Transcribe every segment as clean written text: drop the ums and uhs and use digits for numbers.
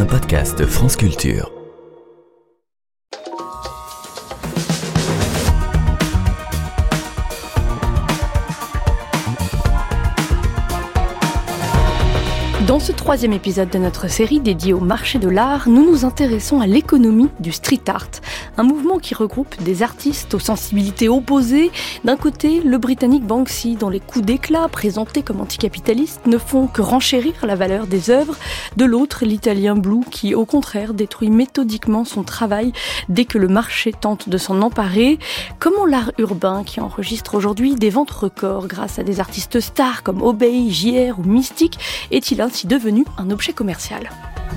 un podcast France Culture. Dans ce troisième épisode de notre série dédiée au marché de l'art, nous nous intéressons à l'économie du street art, un mouvement qui regroupe des artistes aux sensibilités opposées. D'un côté, le britannique Banksy, dont les coups d'éclat, présentés comme anticapitalistes, ne font que renchérir la valeur des œuvres. De l'autre, l'italien Blue, qui au contraire détruit méthodiquement son travail dès que le marché tente de s'en emparer. Comment l'art urbain, qui enregistre aujourd'hui des ventes records grâce à des artistes stars comme Obey, JR ou Mystique, est-il ainsi devenu un objet commercial ?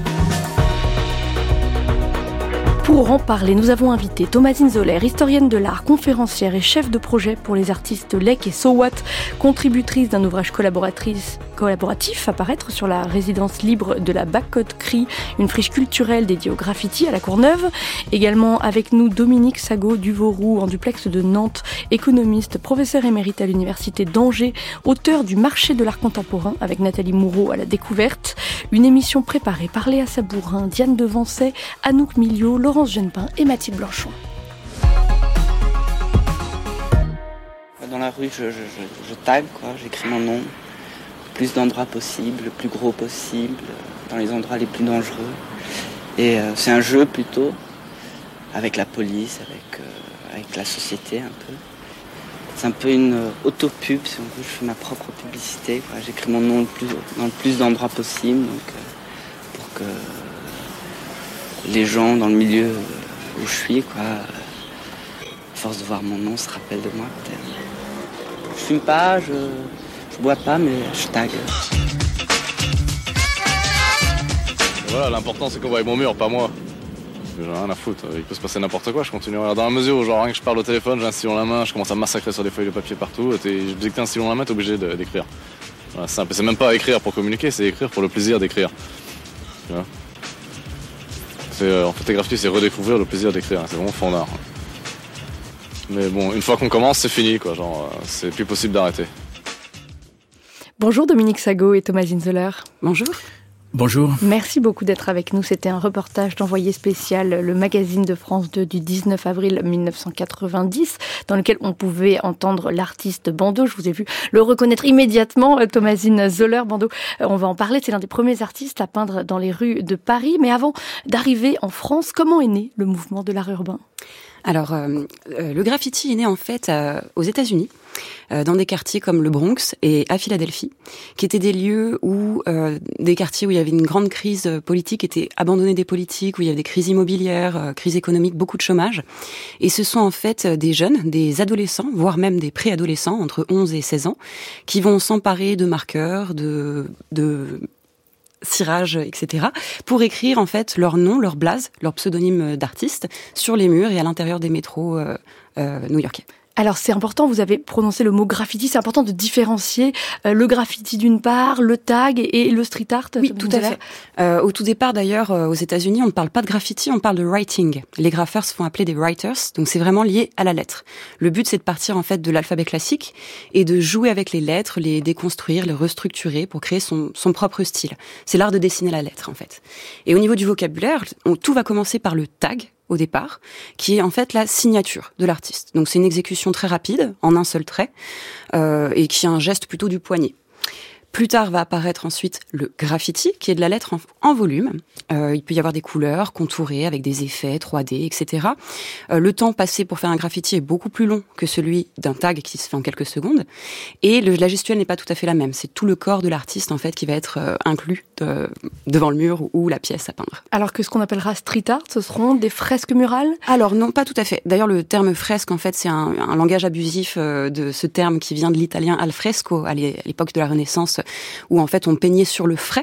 Pour en parler, nous avons invité Thomasine Zoller, historienne de l'art, conférencière et chef de projet pour les artistes Lek et So What, contributrice d'un ouvrage collaboratif à paraître sur la résidence libre de la Back-Côte-Crie, une friche culturelle dédiée au graffiti à la Courneuve. Également avec nous Dominique Sagot du Vauroux, en duplex de Nantes, économiste, professeur émérite à l'université d'Angers, auteur du marché de l'art contemporain avec Nathalie Moureau à la découverte. Une émission préparée par Léa Sabourin, Diane Devancey, Anouk Miliot, Laurence Genepin et Mathilde Blanchon. Dans la rue, je tag, j'écris mon nom, le plus d'endroits possible, le plus gros possible, dans les endroits les plus dangereux. Et c'est un jeu plutôt, avec la police, avec la société un peu. C'est un peu une autopub, si on veut, je fais ma propre publicité. J'écris mon nom dans le plus d'endroits possible, donc, pour que les gens dans le milieu où je suis, à force de voir mon nom, se rappellent de moi peut-être. Je fume pas, je bois pas, mais je tag. Voilà, l'important c'est qu'on voit mon mur, pas moi. J'en ai rien à foutre, il peut se passer n'importe quoi, je continue. Dans la mesure où genre rien que je parle au téléphone, j'ai un stylo en la main, je commence à massacrer sur des feuilles de papier partout, et je dis que t'as un stylo en la main, t'es obligé d'écrire. Voilà, c'est simple, c'est même pas écrire pour communiquer, c'est écrire pour le plaisir d'écrire. Tu vois, en photographie, c'est redécouvrir le plaisir d'écrire, c'est vraiment fond d'art. Mais bon, une fois qu'on commence, c'est fini, c'est plus possible d'arrêter. Bonjour Dominique Sagot et Thomasine Zoller. Bonjour. Bonjour. Merci beaucoup d'être avec nous. C'était un reportage d'Envoyé spécial, le magazine de France 2 du 19 avril 1990, dans lequel on pouvait entendre l'artiste Bando. Je vous ai vu le reconnaître immédiatement, Thomasine Zoller. Bando, on va en parler, c'est l'un des premiers artistes à peindre dans les rues de Paris. Mais avant d'arriver en France, comment est né le mouvement de l'art urbain ? Alors, le graffiti est né en fait aux États-Unis, dans des quartiers comme le Bronx et à Philadelphie, qui étaient des lieux où des quartiers où il y avait une grande crise politique, étaient abandonnés des politiques, où il y avait des crises immobilières, crises économiques, beaucoup de chômage. Et ce sont en fait des jeunes, des adolescents, voire même des préadolescents, entre 11 et 16 ans, qui vont s'emparer de marqueurs, de cirage, etc., pour écrire en fait leur nom, leur blaze, leur pseudonyme d'artiste sur les murs et à l'intérieur des métros new-yorkais. Alors c'est important, vous avez prononcé le mot graffiti, c'est important de différencier le graffiti d'une part, le tag et le street art. Oui, tout à fait. Au tout départ d'ailleurs, aux États-Unis, on ne parle pas de graffiti, on parle de writing. Les graffeurs se font appeler des writers, donc c'est vraiment lié à la lettre. Le but c'est de partir en fait de l'alphabet classique et de jouer avec les lettres, les déconstruire, les restructurer pour créer son propre style. C'est l'art de dessiner la lettre en fait. Et au niveau du vocabulaire, tout va commencer par le tag, au départ, qui est en fait la signature de l'artiste. Donc c'est une exécution très rapide, en un seul trait, et qui est un geste plutôt du poignet. Plus tard va apparaître ensuite le graffiti, qui est de la lettre en volume. Il peut y avoir des couleurs contourées avec des effets 3D, etc. Le temps passé pour faire un graffiti est beaucoup plus long que celui d'un tag qui se fait en quelques secondes. Et la gestuelle n'est pas tout à fait la même. C'est tout le corps de l'artiste en fait qui va être inclus devant le mur ou la pièce à peindre. Alors que ce qu'on appellera street art, ce seront des fresques murales ? Alors non, pas tout à fait. D'ailleurs, le terme fresque, en fait, c'est un langage abusif de ce terme qui vient de l'italien al fresco, à l'époque de la Renaissance, où en fait on peignait sur le frais,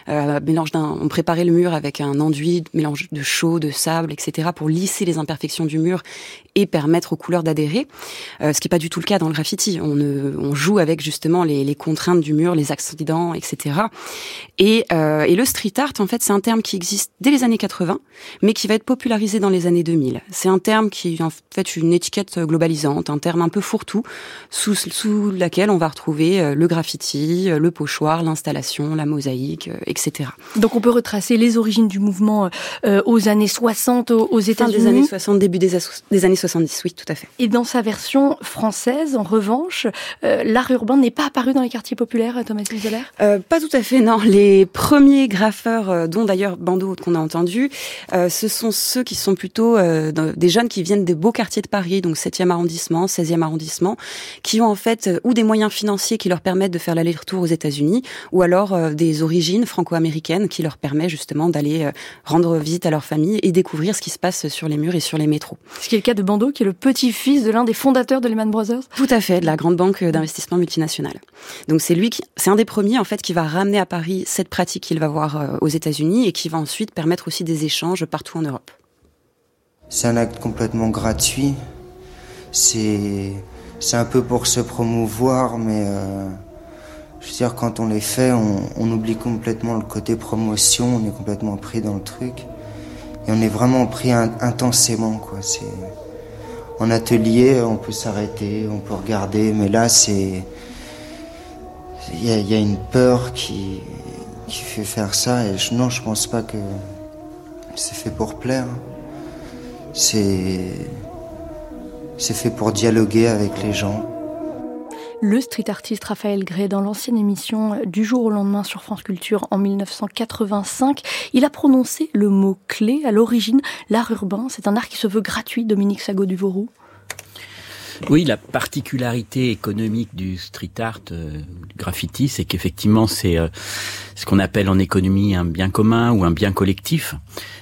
on préparait le mur avec un enduit, mélange de chaux, de sable, etc. pour lisser les imperfections du mur et permettre aux couleurs d'adhérer. Ce qui n'est pas du tout le cas dans le graffiti. On joue avec justement les contraintes du mur, les accidents, etc. Et le street art, en fait, c'est un terme qui existe dès les années 80, mais qui va être popularisé dans les années 2000. C'est un terme qui est en fait une étiquette globalisante, un terme un peu fourre-tout, sous laquelle on va retrouver le graffiti, le pochoir, l'installation, la mosaïque, etc. Donc on peut retracer les origines du mouvement aux années 60 aux États-Unis. Fin des années 60, début des années 70, oui, tout à fait. Et dans sa version française, en revanche, l'art urbain n'est pas apparu dans les quartiers populaires, Thomasine Zoller ? Pas tout à fait, non. Les premiers graffeurs, dont d'ailleurs Bandeau qu'on a entendu, ce sont ceux qui sont plutôt des jeunes qui viennent des beaux quartiers de Paris, donc 7e arrondissement, 16e arrondissement, qui ont en fait ou des moyens financiers qui leur permettent de faire l'aller-retour aux États-Unis, ou alors des origines franco-américaines qui leur permettent justement d'aller rendre visite à leur famille et découvrir ce qui se passe sur les murs et sur les métros. Ce qui est le cas de Bandeau, qui est le petit-fils de l'un des fondateurs de Lehman Brothers. Tout à fait, de la grande banque d'investissement multinationale. Donc c'est un des premiers en fait qui va ramener à Paris cette pratique qu'il va voir aux États-Unis et qui va ensuite permettre aussi des échanges partout en Europe. C'est un acte complètement gratuit. C'est un peu pour se promouvoir, mais je veux dire, quand on les fait, on oublie complètement le côté promotion, on est complètement pris dans le truc. Et on est vraiment pris intensément, quoi. C'est... En atelier, on peut s'arrêter, on peut regarder, mais là, il y a une peur qui fait faire ça, et je pense pas que c'est fait pour plaire. C'est fait pour dialoguer avec les gens. Le street artiste Raphaël Gray, dans l'ancienne émission Du jour au lendemain sur France Culture en 1985, il a prononcé le mot-clé à l'origine, l'art urbain. C'est un art qui se veut gratuit, Dominique Sagot-Duvauroux. Oui, la particularité économique du street art, du graffiti, c'est qu'effectivement c'est ce qu'on appelle en économie un bien commun ou un bien collectif,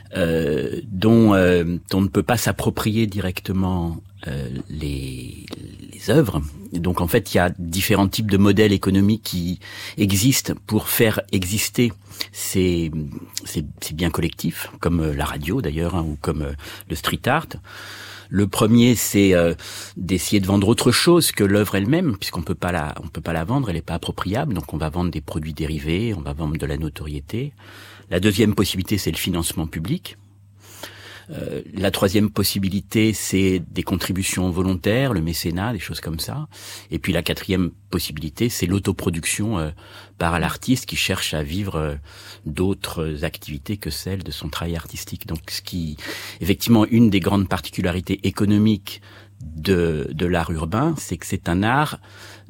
dont on ne peut pas s'approprier directement les œuvres. Et donc en fait, il y a différents types de modèles économiques qui existent pour faire exister ces biens collectifs, comme la radio d'ailleurs, ou comme le street art. Le premier, c'est d'essayer de vendre autre chose que l'œuvre elle-même, puisqu'on peut pas la vendre, elle n'est pas appropriable, donc on va vendre des produits dérivés, on va vendre de la notoriété. La deuxième possibilité, c'est le financement public. La troisième possibilité, c'est des contributions volontaires, le mécénat, des choses comme ça. Et puis la quatrième possibilité, c'est l'autoproduction par l'artiste qui cherche à vivre d'autres activités que celles de son travail artistique. Donc effectivement, une des grandes particularités économiques de l'art urbain, c'est que c'est un art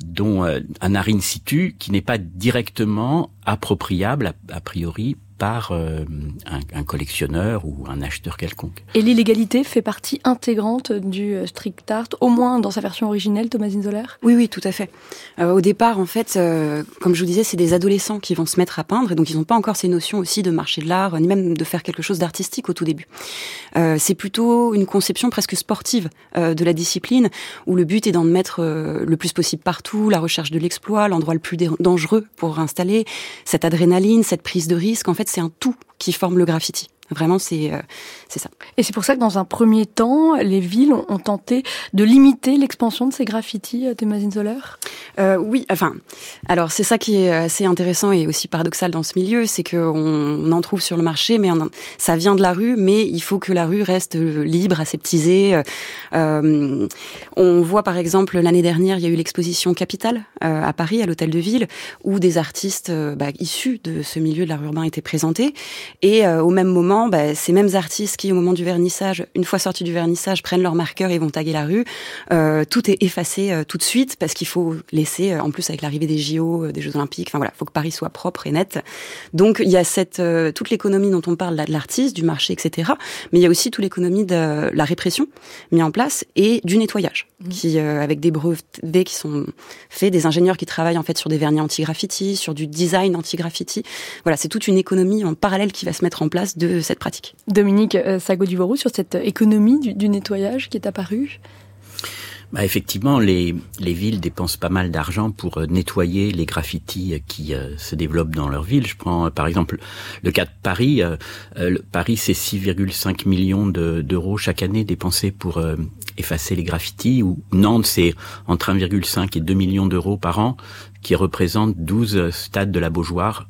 un art in situ qui n'est pas directement appropriable a priori par un collectionneur ou un acheteur quelconque. Et l'illégalité fait partie intégrante du street art, au moins dans sa version originelle, Thomasine Zoller ? Oui, tout à fait. Au départ, en fait, comme je vous disais, c'est des adolescents qui vont se mettre à peindre, et donc ils n'ont pas encore ces notions aussi de marché de l'art, ni même de faire quelque chose d'artistique au tout début. C'est plutôt une conception presque sportive de la discipline, où le but est d'en mettre le plus possible partout, la recherche de l'exploit, l'endroit le plus dangereux pour installer, cette adrénaline, cette prise de risque. En fait, c'est un tout qui forme le graffiti. Vraiment, c'est ça. Et c'est pour ça que dans un premier temps, les villes ont tenté de limiter l'expansion de ces graffitis, Thomasine Zoller ? Oui, alors c'est ça qui est assez intéressant et aussi paradoxal dans ce milieu, c'est qu'on en trouve sur le marché, mais ça vient de la rue, mais il faut que la rue reste libre, aseptisée. On voit par exemple, l'année dernière, il y a eu l'exposition Capitale à Paris, à l'Hôtel de Ville, où des artistes issus de ce milieu de l'art urbain étaient présentés, et au même moment, ces mêmes artistes qui, au moment du vernissage, une fois sortis du vernissage, prennent leur marqueur et vont taguer la rue. Tout est effacé tout de suite parce qu'il faut laisser, en plus avec l'arrivée des JO, des Jeux Olympiques, il faut que Paris soit propre et net. Donc il y a toute l'économie dont on parle là, de l'artiste, du marché, etc. Mais il y a aussi toute l'économie de la répression mise en place et du nettoyage, qui avec des brevets qui sont faits, des ingénieurs qui travaillent en fait sur des vernis anti-graffiti, sur du design anti-graffiti. Voilà, c'est toute une économie en parallèle qui va se mettre en place de cette pratique. Dominique Sagot-Duvauroux, sur cette économie du nettoyage qui est apparue ? Effectivement, les villes dépensent pas mal d'argent pour nettoyer les graffitis qui se développent dans leur ville. Je prends par exemple le cas de Paris. Paris, c'est 6,5 millions d'euros chaque année dépensés pour effacer les graffitis. Ou Nantes, c'est entre 1,5 et 2 millions d'euros par an, qui représentent 12 stades de la Beaujoire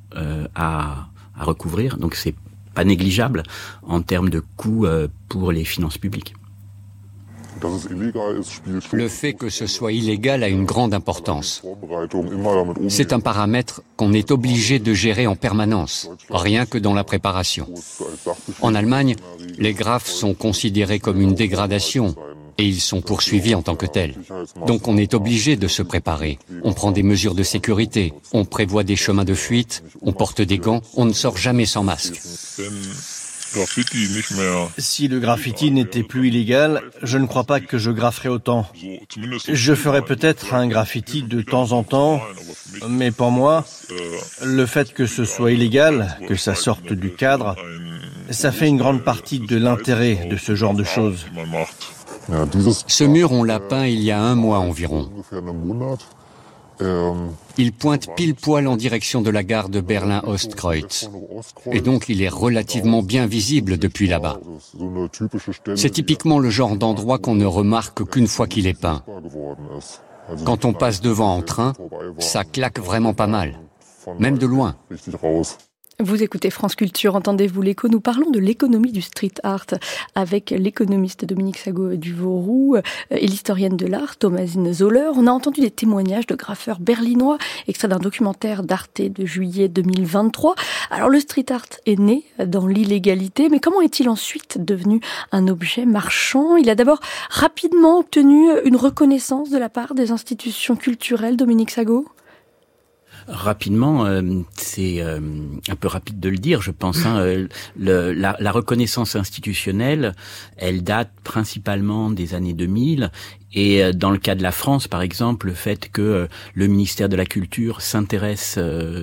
à recouvrir. Donc c'est pas négligeable en termes de coûts pour les finances publiques. Le fait que ce soit illégal a une grande importance. C'est un paramètre qu'on est obligé de gérer en permanence, rien que dans la préparation. En Allemagne, les graphes sont considérés comme une dégradation et ils sont poursuivis en tant que tels. Donc on est obligé de se préparer. On prend des mesures de sécurité, on prévoit des chemins de fuite, on porte des gants, on ne sort jamais sans masque. Si le graffiti n'était plus illégal, je ne crois pas que je grafferais autant. Je ferais peut-être un graffiti de temps en temps, mais pour moi, le fait que ce soit illégal, que ça sorte du cadre, ça fait une grande partie de l'intérêt de ce genre de choses. Ce mur, on l'a peint il y a 1 mois environ. Il pointe pile poil en direction de la gare de Berlin-Ostkreuz. Et donc il est relativement bien visible depuis là-bas. C'est typiquement le genre d'endroit qu'on ne remarque qu'une fois qu'il est peint. Quand on passe devant en train, ça claque vraiment pas mal, même de loin. Vous écoutez France Culture, entendez-vous l'écho? Nous parlons de l'économie du street art avec l'économiste Dominique Sago-Duvauroux et l'historienne de l'art Thomasine Zoller. On a entendu des témoignages de graffeurs berlinois, extrait d'un documentaire d'Arte de juillet 2023. Alors le street art est né dans l'illégalité, mais comment est-il ensuite devenu un objet marchand? Il a d'abord rapidement obtenu une reconnaissance de la part des institutions culturelles, Dominique Sago? Rapidement, c'est un peu rapide de le dire, je pense. La reconnaissance institutionnelle, elle date principalement des années 2000. Et dans le cas de la France, par exemple, le fait que le ministère de la Culture s'intéresse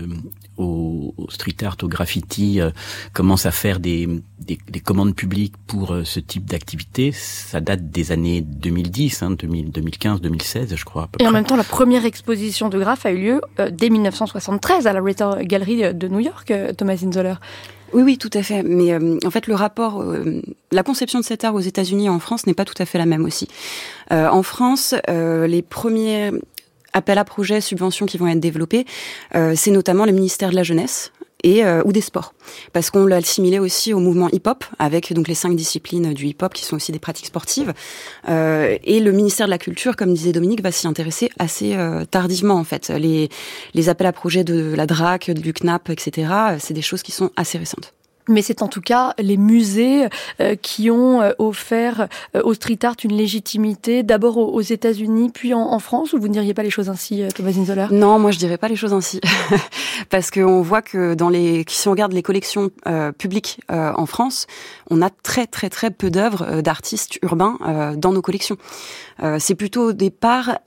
au street art, au graffiti, commence à faire des commandes publiques pour ce type d'activité, ça date des années 2010, 2015, 2016, je crois. À peu près. En même temps, la première exposition de graphes a eu lieu dès 1973 à la Ritter Gallery de New York, Thomasine Zoller. Oui, tout à fait. Mais en fait, le rapport, la conception de cet art aux États-Unis et en France n'est pas tout à fait la même aussi. En France, les premiers appels à projets, subventions qui vont être développés, c'est notamment le ministère de la Jeunesse et ou des sports, parce qu'on l'a assimilé aussi au mouvement hip-hop avec donc les 5 disciplines du hip-hop qui sont aussi des pratiques sportives. Et le ministère de la Culture, comme disait Dominique, va s'y intéresser assez tardivement en fait. Les appels à projets de la DRAC, du CNAP, etc. C'est des choses qui sont assez récentes. Mais c'est en tout cas les musées qui ont offert au street art une légitimité, d'abord aux États-Unis, puis en France, ou vous ne diriez pas les choses ainsi, Thomasine Zoller? Non, moi je dirais pas les choses ainsi, parce qu'on voit que si on regarde les collections publiques en France, on a très très très peu d'œuvres d'artistes urbains dans nos collections. C'est plutôt au départ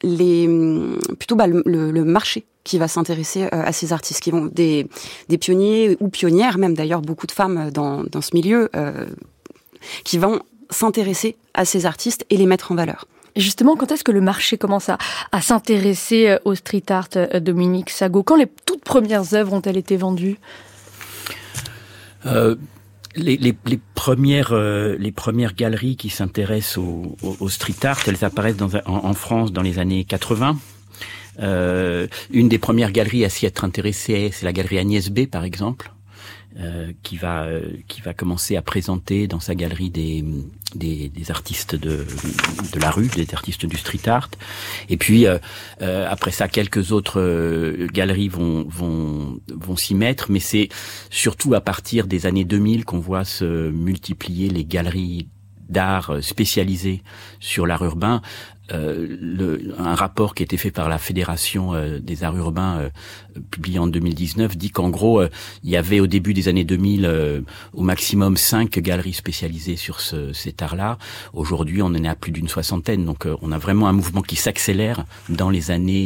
le marché qui va s'intéresser à ces artistes, qui vont des pionniers ou pionnières, même d'ailleurs beaucoup de femmes dans ce milieu, qui vont s'intéresser à ces artistes et les mettre en valeur. Et justement, quand est-ce que le marché commence à s'intéresser au street art, Dominique Sago? Quand les toutes premières œuvres ont-elles été vendues? Les premières galeries qui s'intéressent au street art, elles apparaissent en France dans les années 80. Une des premières galeries à s'y être intéressée, c'est la galerie Agnès B, par exemple, qui va commencer à présenter dans sa galerie des artistes de la rue, des artistes du street art. Et puis après ça, quelques autres galeries vont s'y mettre, mais c'est surtout à partir des années 2000 qu'on voit se multiplier les galeries d'art spécialisées sur l'art urbain. Un rapport qui a été fait par la Fédération des arts urbains publié en 2019 dit qu'en gros il y avait au début des années 2000 au maximum 5 galeries spécialisées sur cet art-là. Aujourd'hui on en est à plus d'une 60aine, donc on a vraiment un mouvement qui s'accélère dans les années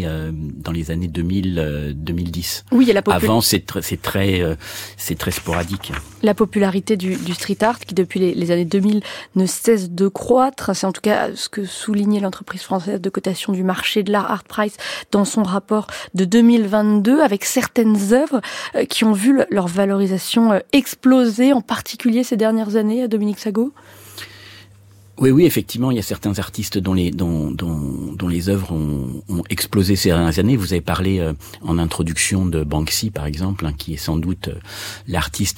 2010. Oui, avant c'est très sporadique. La popularité du street art qui depuis les années 2000 ne cesse de croître, c'est en tout cas ce que soulignait l'entreprise française de cotation du marché de l'art Artprice dans son rapport de 2022, avec certaines œuvres qui ont vu leur valorisation exploser, en particulier ces dernières années, Dominique Sago? Oui, effectivement, il y a certains artistes dont les œuvres ont explosé ces dernières années. Vous avez parlé en introduction de Banksy, par exemple, qui est sans doute l'artiste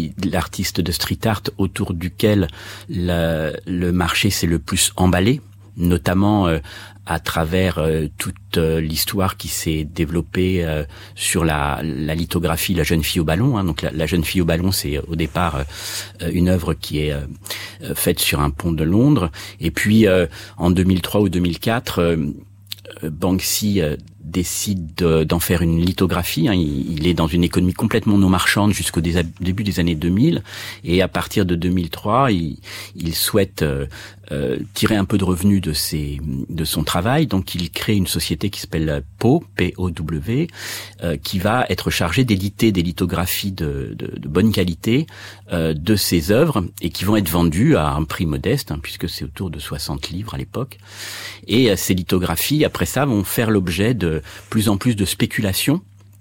de street art autour duquel le marché s'est le plus emballé. notamment à travers toute l'histoire qui s'est développée sur la lithographie La jeune fille au ballon. Donc la jeune fille au ballon, c'est au départ une œuvre qui est faite sur un pont de Londres. Et puis en 2003 ou 2004, Banksy décide d'en faire une lithographie. Il est dans une économie complètement non marchande jusqu'au début des années 2000. Et à partir de 2003, il souhaite tirer un peu de revenus de son travail. Donc il crée une société qui s'appelle POW, P-O-W, qui va être chargée d'éditer des lithographies de bonne qualité de ses œuvres et qui vont être vendues à un prix modeste, puisque c'est autour de 60 livres à l'époque. Et ces lithographies, après ça, vont faire l'objet de plus en plus de spéculation.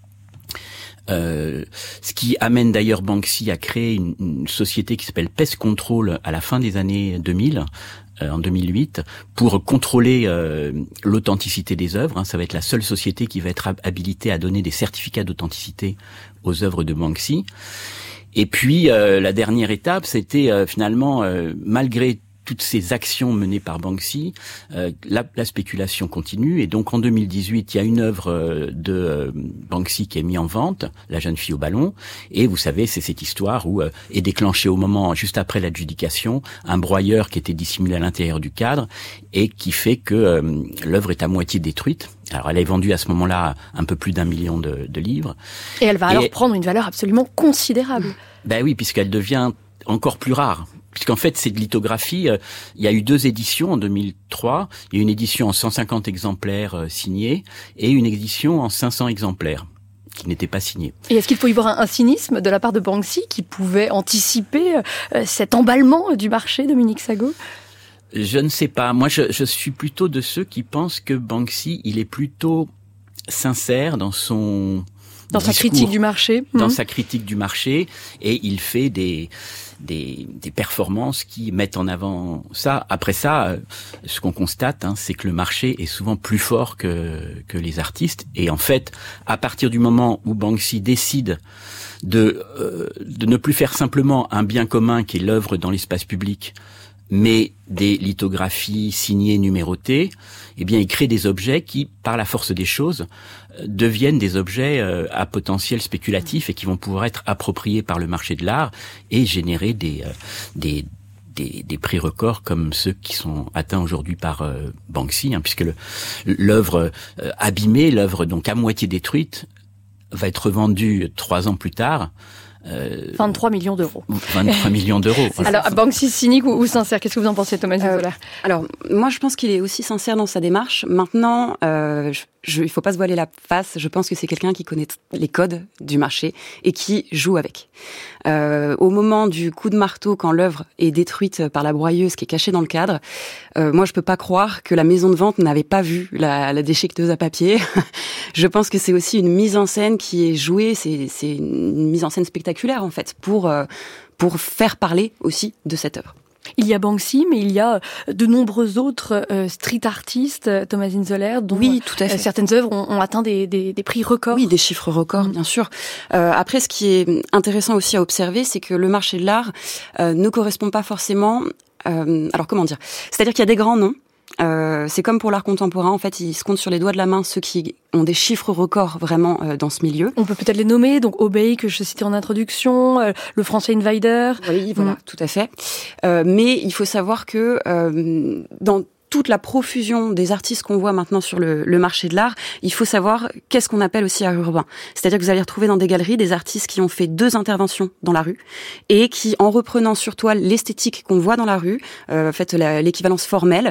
Ce qui amène d'ailleurs Banksy à créer une société qui s'appelle Pest Control à la fin des années 2000, en 2008, pour contrôler l'authenticité des œuvres. Ça va être la seule société qui va être habilitée à donner des certificats d'authenticité aux œuvres de Banksy. Et puis la dernière étape, c'était finalement, malgré toutes ces actions menées par Banksy, la spéculation continue. Et donc en 2018, il y a une œuvre de Banksy qui est mise en vente, La jeune fille au ballon. Et vous savez, c'est cette histoire où est déclenché au moment, juste après l'adjudication, un broyeur qui était dissimulé à l'intérieur du cadre et qui fait que l'œuvre est à moitié détruite. Alors elle est vendue à ce moment-là un peu plus d'1 million de livres. Et elle va alors prendre une valeur absolument considérable. Ben oui, puisqu'elle devient encore plus rare. Puisqu'en fait, cette lithographie, il y a eu 2 éditions en 2003. Il y a une édition en 150 exemplaires signés et une édition en 500 exemplaires qui n'étaient pas signés. Et est-ce qu'il faut y voir un cynisme de la part de Banksy qui pouvait anticiper cet emballement du marché, Dominique Sagot ? Je ne sais pas. Moi, je suis plutôt de ceux qui pensent que Banksy, il est plutôt sincère dans son sa critique du marché. Dans sa critique du marché, et il fait des performances qui mettent en avant ça. Après ça, ce qu'on constate, c'est que le marché est souvent plus fort que les artistes. Et en fait, à partir du moment où Banksy décide de ne plus faire simplement un bien commun qui est l'œuvre dans l'espace public, mais des lithographies signées, numérotées, eh bien, il crée des objets qui, par la force des choses, deviennent des objets à potentiel spéculatif et qui vont pouvoir être appropriés par le marché de l'art et générer des prix records comme ceux qui sont atteints aujourd'hui par Banksy, puisque l'œuvre abîmée, l'œuvre donc à moitié détruite, va être revendue 3 ans plus tard. 23 millions d'euros. 23 millions d'euros. Alors, Banksy cynique ou sincère, qu'est-ce que vous en pensez, Thomas Zoller ? Alors, moi, je pense qu'il est aussi sincère dans sa démarche. Maintenant, il faut pas se voiler la face. Je pense que c'est quelqu'un qui connaît les codes du marché et qui joue avec. Au moment du coup de marteau, quand l'œuvre est détruite par la broyeuse qui est cachée dans le cadre, moi, je peux pas croire que la maison de vente n'avait pas vu la déchiqueteuse à papier. Je pense que c'est aussi une mise en scène qui est jouée. C'est une mise en scène spectaculaire, en fait, pour faire parler aussi de cette œuvre. Il y a Banksy, mais il y a de nombreux autres street artistes, Thomasine Zoller, dont oui, tout à fait. Certaines œuvres ont atteint des prix records. Oui, des chiffres records, bien sûr. Après, ce qui est intéressant aussi à observer, c'est que le marché de l'art ne correspond pas forcément... alors, comment dire ? C'est-à-dire qu'il y a des grands noms. C'est comme pour l'art contemporain, en fait, ils se comptent sur les doigts de la main ceux qui ont des chiffres records vraiment dans ce milieu. On peut peut-être les nommer, donc Obey que je citais en introduction, le français Invader. Oui, voilà, tout à fait. Mais il faut savoir que dans toute la profusion des artistes qu'on voit maintenant sur le marché de l'art, il faut savoir qu'est-ce qu'on appelle aussi art urbain. C'est-à-dire que vous allez retrouver dans des galeries des artistes qui ont fait 2 interventions dans la rue et qui, en reprenant sur toile l'esthétique qu'on voit dans la rue, l'équivalence formelle,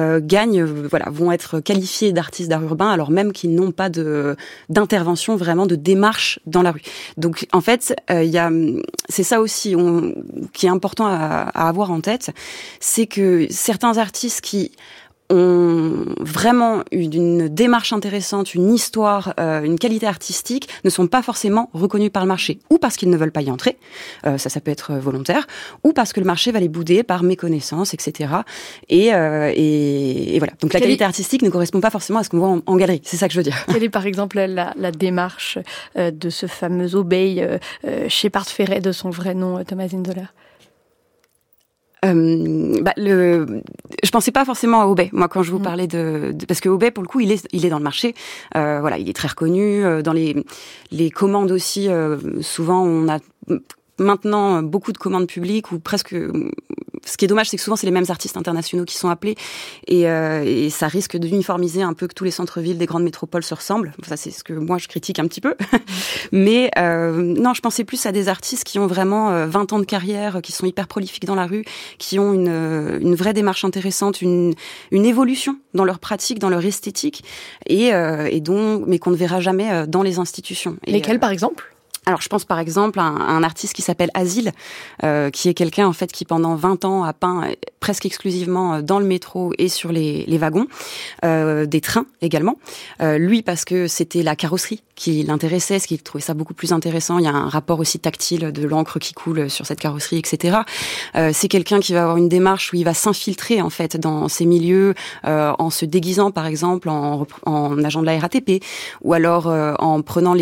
vont être qualifiés d'artistes d'art urbain alors même qu'ils n'ont pas d'intervention vraiment de démarche dans la rue. Donc en fait, c'est ça aussi qui est important à avoir en tête, c'est que certains artistes qui ont vraiment une démarche intéressante, une histoire, une qualité artistique, ne sont pas forcément reconnus par le marché, ou parce qu'ils ne veulent pas y entrer, ça peut être volontaire, ou parce que le marché va les bouder par méconnaissance, etc. Et voilà. Donc la qualité artistique ne correspond pas forcément à ce qu'on voit en galerie, c'est ça que je veux dire. Quelle est par exemple la démarche de ce fameux Obey, Shepard Fairey de son vrai nom, Thomasine Zoller ? Je pensais pas forcément à Obey. Moi, quand je vous parlais parce que Obey, pour le coup, il est dans le marché. Voilà, il est très reconnu dans les commandes aussi. Souvent, on a maintenant beaucoup de commandes publiques ou presque. Ce qui est dommage, c'est que souvent c'est les mêmes artistes internationaux qui sont appelés et ça risque d'uniformiser un peu que tous les centres-villes des grandes métropoles se ressemblent. Ça, c'est ce que moi je critique un petit peu. Mais non, je pensais plus à des artistes qui ont vraiment 20 ans de carrière, qui sont hyper prolifiques dans la rue, qui ont une vraie démarche intéressante, une évolution dans leur pratique, dans leur esthétique mais qu'on ne verra jamais dans les institutions. Lesquels, par exemple ? Alors, je pense par exemple à un artiste qui s'appelle Asile, qui est quelqu'un en fait qui pendant 20 ans a peint presque exclusivement dans le métro et sur les wagons, des trains également. Lui parce que c'était la carrosserie qui l'intéressait, ce qu'il trouvait ça beaucoup plus intéressant. Il y a un rapport aussi tactile de l'encre qui coule sur cette carrosserie, etc. C'est quelqu'un qui va avoir une démarche où il va s'infiltrer en fait dans ces milieux en se déguisant par exemple en agent de la RATP ou alors en prenant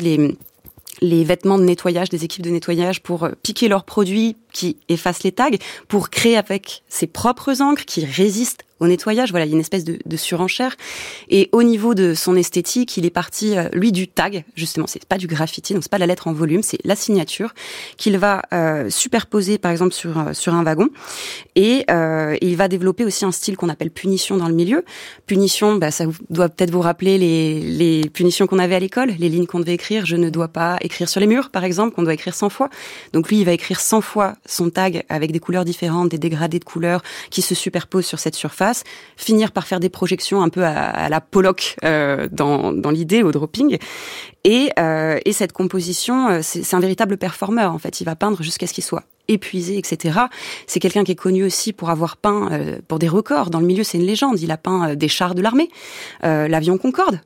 les vêtements de nettoyage des équipes de nettoyage pour piquer leurs produits qui effacent les tags, pour créer avec ses propres encres qui résistent au nettoyage. Voilà, il y a une espèce de surenchère. Et au niveau de son esthétique, il est parti, lui, du tag, justement. C'est pas du graffiti, donc c'est pas la lettre en volume, c'est la signature qu'il va superposer, par exemple, sur un wagon. Et il va développer aussi un style qu'on appelle punition dans le milieu. Punition, ça doit peut-être vous rappeler les punitions qu'on avait à l'école, les lignes qu'on devait écrire. Je ne dois pas écrire sur les murs, par exemple, qu'on doit écrire 100 fois. Donc lui, il va écrire 100 fois son tag avec des couleurs différentes, des dégradés de couleurs qui se superposent sur cette surface, finir par faire des projections un peu à la Pollock dans l'idée, au dropping. Et cette composition, c'est un véritable performeur, en fait. Il va peindre jusqu'à ce qu'il soit épuisé, etc. C'est quelqu'un qui est connu aussi pour avoir peint pour des records. Dans le milieu, c'est une légende. Il a peint des chars de l'armée, l'avion Concorde,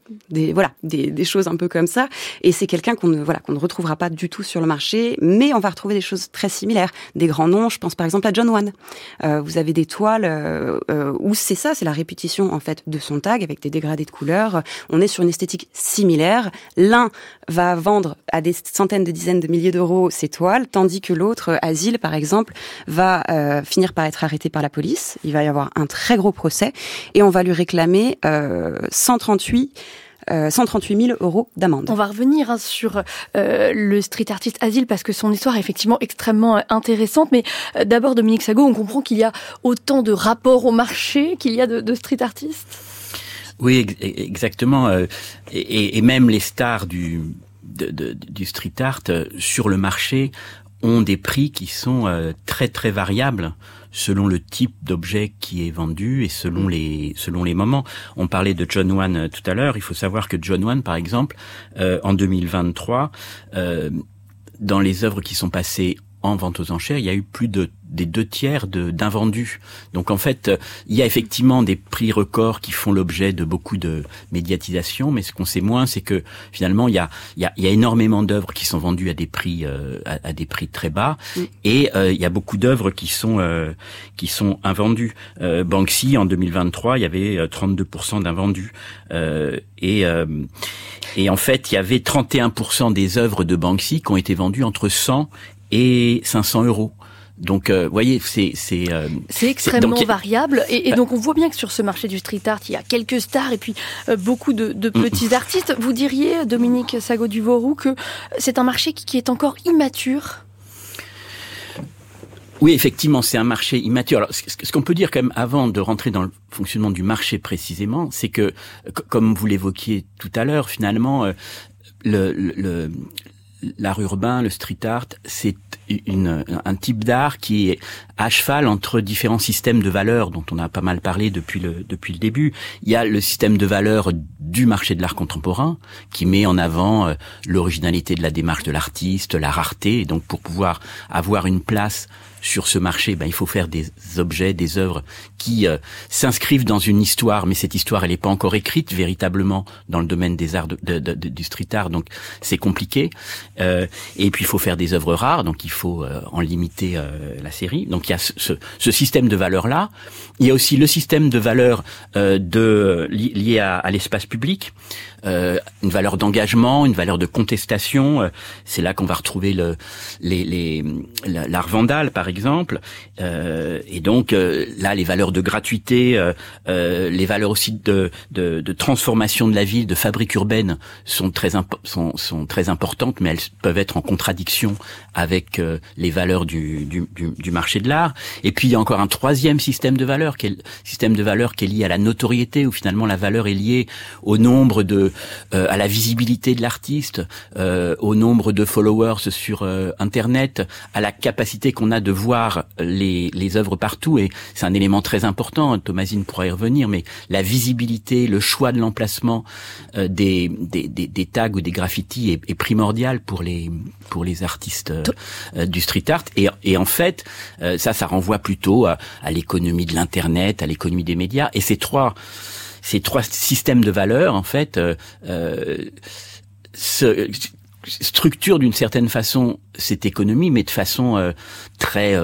des choses un peu comme ça. Et c'est quelqu'un qu'on ne retrouvera pas du tout sur le marché, mais on va retrouver des choses très similaires. Des grands noms, je pense par exemple à John Wan. Vous avez des toiles où c'est la répétition en fait de son tag avec des dégradés de couleurs. On est sur une esthétique similaire. L'un va vendre à des centaines de dizaines de milliers d'euros ses toiles, tandis que l'autre, Asile par exemple, va finir par être arrêté par la police. Il va y avoir un très gros procès et on va lui réclamer 138 000 euros d'amende. On va revenir sur le street artist Asile parce que son histoire est effectivement extrêmement intéressante. Mais d'abord, Dominique Sago, on comprend qu'il y a autant de rapports au marché qu'il y a de street artistes. Oui, exactement. Et même les stars du street art sur le marché ont des prix qui sont très très variables selon le type d'objet qui est vendu et selon les moments. On parlait de John Wan tout à l'heure. Il faut savoir que John Wan, par exemple, en 2023, dans les œuvres qui sont passées en vente aux enchères, il y a eu plus des 2/3 d'invendus. Donc en fait, il y a effectivement des prix records qui font l'objet de beaucoup de médiatisation, mais ce qu'on sait moins, c'est que finalement il y a énormément d'œuvres qui sont vendues à des prix très bas, et il y a beaucoup d'œuvres qui sont invendues. Banksy en 2023, il y avait 32% d'invendus, et en fait il y avait 31% des œuvres de Banksy qui ont été vendues entre 100 et 500 euros. Donc, voyez, c'est extrêmement variable. Et donc, on voit bien que sur ce marché du street art, il y a quelques stars et puis beaucoup de petits artistes. Vous diriez, Dominique Sago-Duvauroux, que c'est un marché qui est encore immature? Oui, effectivement, c'est un marché immature. Alors, ce qu'on peut dire quand même avant de rentrer dans le fonctionnement du marché précisément, c'est que, comme vous l'évoquiez tout à l'heure, finalement, l'art urbain, le street art, c'est un type d'art qui est à cheval entre différents systèmes de valeurs dont on a pas mal parlé depuis le début. Il y a le système de valeurs du marché de l'art contemporain qui met en avant l'originalité de la démarche de l'artiste, la rareté. Et donc pour pouvoir avoir une place sur ce marché, il faut faire des objets, des œuvres qui s'inscrivent dans une histoire, mais cette histoire, elle n'est pas encore écrite véritablement dans le domaine des arts du street art, donc c'est compliqué. Et puis il faut faire des œuvres rares, donc il faut en limiter la série. Donc il y a ce système de valeurs-là. Il y a aussi le système de valeurs lié à l'espace public. une valeur d'engagement, une valeur de contestation. C'est là qu'on va retrouver l'art vandal, par exemple. Et donc là, les valeurs de gratuité, les valeurs aussi de transformation de la ville, de fabrique urbaine sont très importantes, mais elles peuvent être en contradiction avec les valeurs du marché de l'art. Et puis il y a encore un troisième système de valeurs, qui est le système de valeurs qui est lié à la notoriété, où finalement la valeur est liée au nombre à la visibilité de l'artiste, au nombre de followers sur Internet, à la capacité qu'on a de voir les œuvres partout. Et c'est un élément très important. Thomasine pourra y revenir, mais la visibilité, le choix de l'emplacement des tags ou des graffitis est primordial pour les artistes du street art. Et en fait, ça renvoie plutôt à l'économie de l'internet, à l'économie des médias. Et ces trois systèmes de valeurs, en fait, structurent d'une certaine façon cette économie, mais de façon très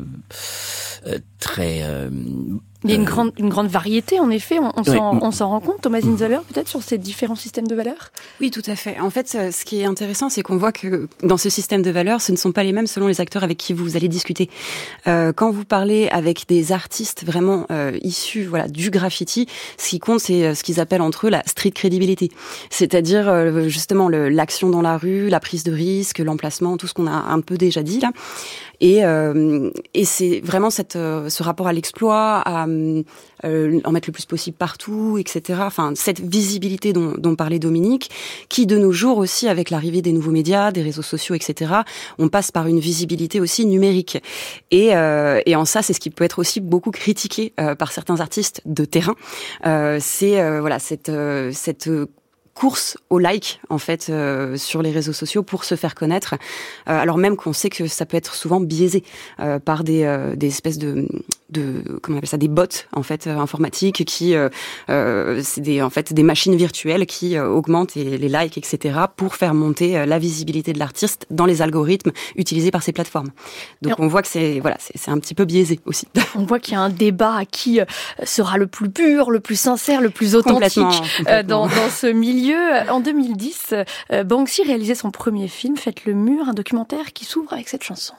il y a une grande variété, en effet. On s'en rend compte, Thomasine Zoller, peut-être, sur ces différents systèmes de valeurs? Oui, tout à fait. En fait, ce qui est intéressant, c'est qu'on voit que dans ce système de valeurs, ce ne sont pas les mêmes selon les acteurs avec qui vous allez discuter. Quand vous parlez avec des artistes vraiment issus du graffiti, ce qui compte, c'est ce qu'ils appellent entre eux la street credibility. C'est-à-dire, justement, l'action dans la rue, la prise de risque, l'emplacement, tout ce qu'on a un peu déjà dit, là. Et c'est vraiment ce rapport à l'exploit, à en mettre le plus possible partout, etc. Enfin, cette visibilité dont parlait Dominique, qui de nos jours aussi, avec l'arrivée des nouveaux médias, des réseaux sociaux, etc., on passe par une visibilité aussi numérique. Et en ça, c'est ce qui peut être aussi beaucoup critiqué par certains artistes de terrain. C'est cette course au like, en fait, sur les réseaux sociaux pour se faire connaître, alors même qu'on sait que ça peut être souvent biaisé par des espèces de comment on appelle ça, des bots, en fait, informatiques qui c'est des machines virtuelles qui augmentent les likes, etc., pour faire monter la visibilité de l'artiste dans les algorithmes utilisés par ces plateformes. Donc on voit que c'est un petit peu biaisé aussi. On voit qu'il y a un débat à qui sera le plus pur, le plus sincère, le plus authentique dans ce milieu. En 2010, Banksy réalisait son premier film, Faites le mur, un documentaire qui s'ouvre avec cette chanson.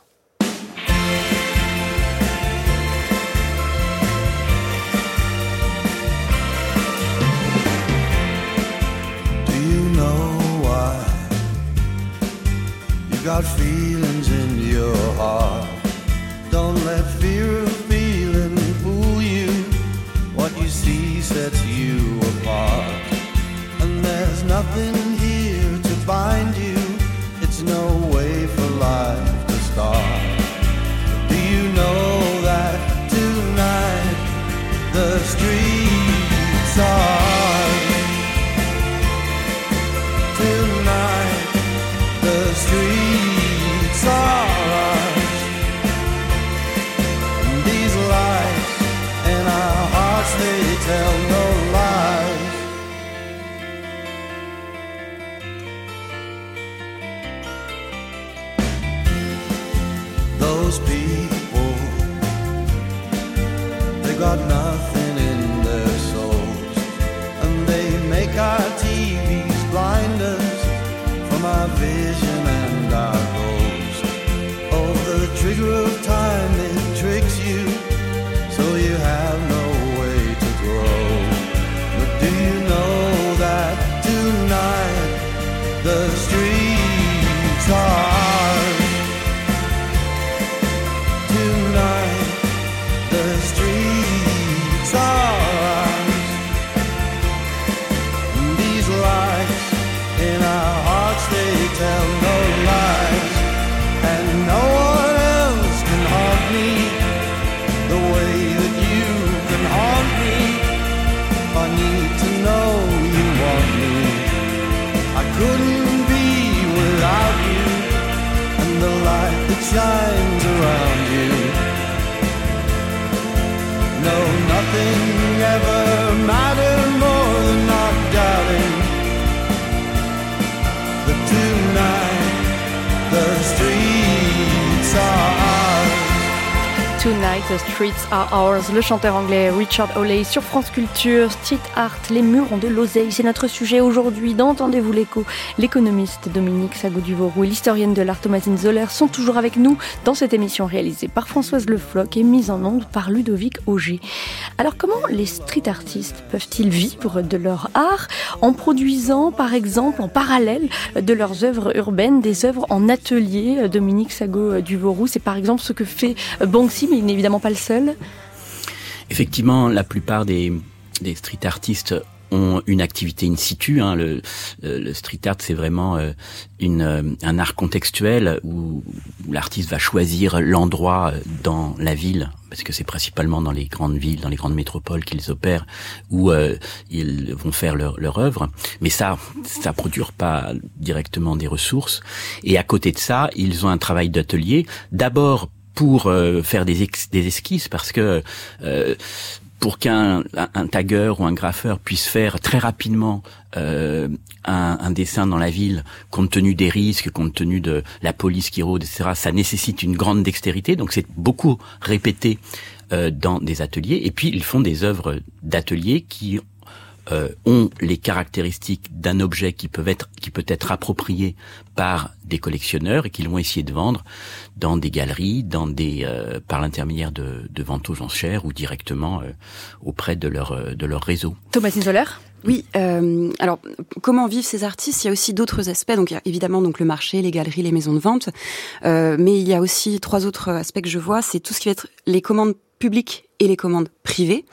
Do you know why you got feelings in your heart? Don't let fear of feeling fool you. What you see sets you apart. There's nothing here to bind you. It's no way for life to start. Do you know that tonight the streets are? Tonight the streets are. And these lights in our hearts, they tell no lies. Those people, they got nothing in their souls, and they make our TVs blind us from our vision and our goals. Oh, the trigger of time, it tricks you, so you have no way to grow. But do you know that tonight the streets are? Tell no lies, and no one else can haunt me the way that you can haunt me. I need to know you want me. I couldn't be without you, and the light that shines around you. No, nothing ever mattered more than not doubting. Tonight, the streets are ours. Tonight, the streets are ours. Le chanteur anglais Richard Hawley sur France Culture. Street art, les murs ont de l'oseille. C'est notre sujet aujourd'hui dans Entendez-vous l'écho. L'économiste Dominique Sago-Duvauroux et l'historienne de l'art Thomasine Zoller sont toujours avec nous dans cette émission réalisée par Françoise Le Floch et mise en onde par Ludovic Auger. Alors comment les street artistes peuvent-ils vivre de leur art en produisant par exemple en parallèle de leurs œuvres urbaines des œuvres en atelier? Dominique Sago-Duvauroux, c'est par exemple ce que fait Banksy, mais il n'est évidemment pas le seul. Effectivement, la plupart des street artistes ont une activité in situ. Le street art, c'est vraiment un art contextuel où l'artiste va choisir l'endroit dans la ville, parce que c'est principalement dans les grandes villes, dans les grandes métropoles qu'ils opèrent, où ils vont faire leur œuvre. Mais ça produit pas directement des ressources. Et à côté de ça, ils ont un travail d'atelier, d'abord pour faire des esquisses, parce que pour qu'un tagueur ou un graffeur puisse faire très rapidement un dessin dans la ville, compte tenu des risques, compte tenu de la police qui rôde, etc., ça nécessite une grande dextérité, donc c'est beaucoup répété dans des ateliers. Et puis ils font des œuvres d'atelier qui ont les caractéristiques d'un objet qui peut être approprié par des collectionneurs et qu'ils vont essayer de vendre dans des galeries, par l'intermédiaire de ventes aux enchères ou directement auprès de leur réseau. Thomasine Zoller ? Oui, alors comment vivent ces artistes? Il y a aussi d'autres aspects. Donc il y a évidemment le marché, les galeries, les maisons de vente, mais il y a aussi 3 autres aspects que je vois. C'est tout ce qui va être les commandes publiques et les commandes privées.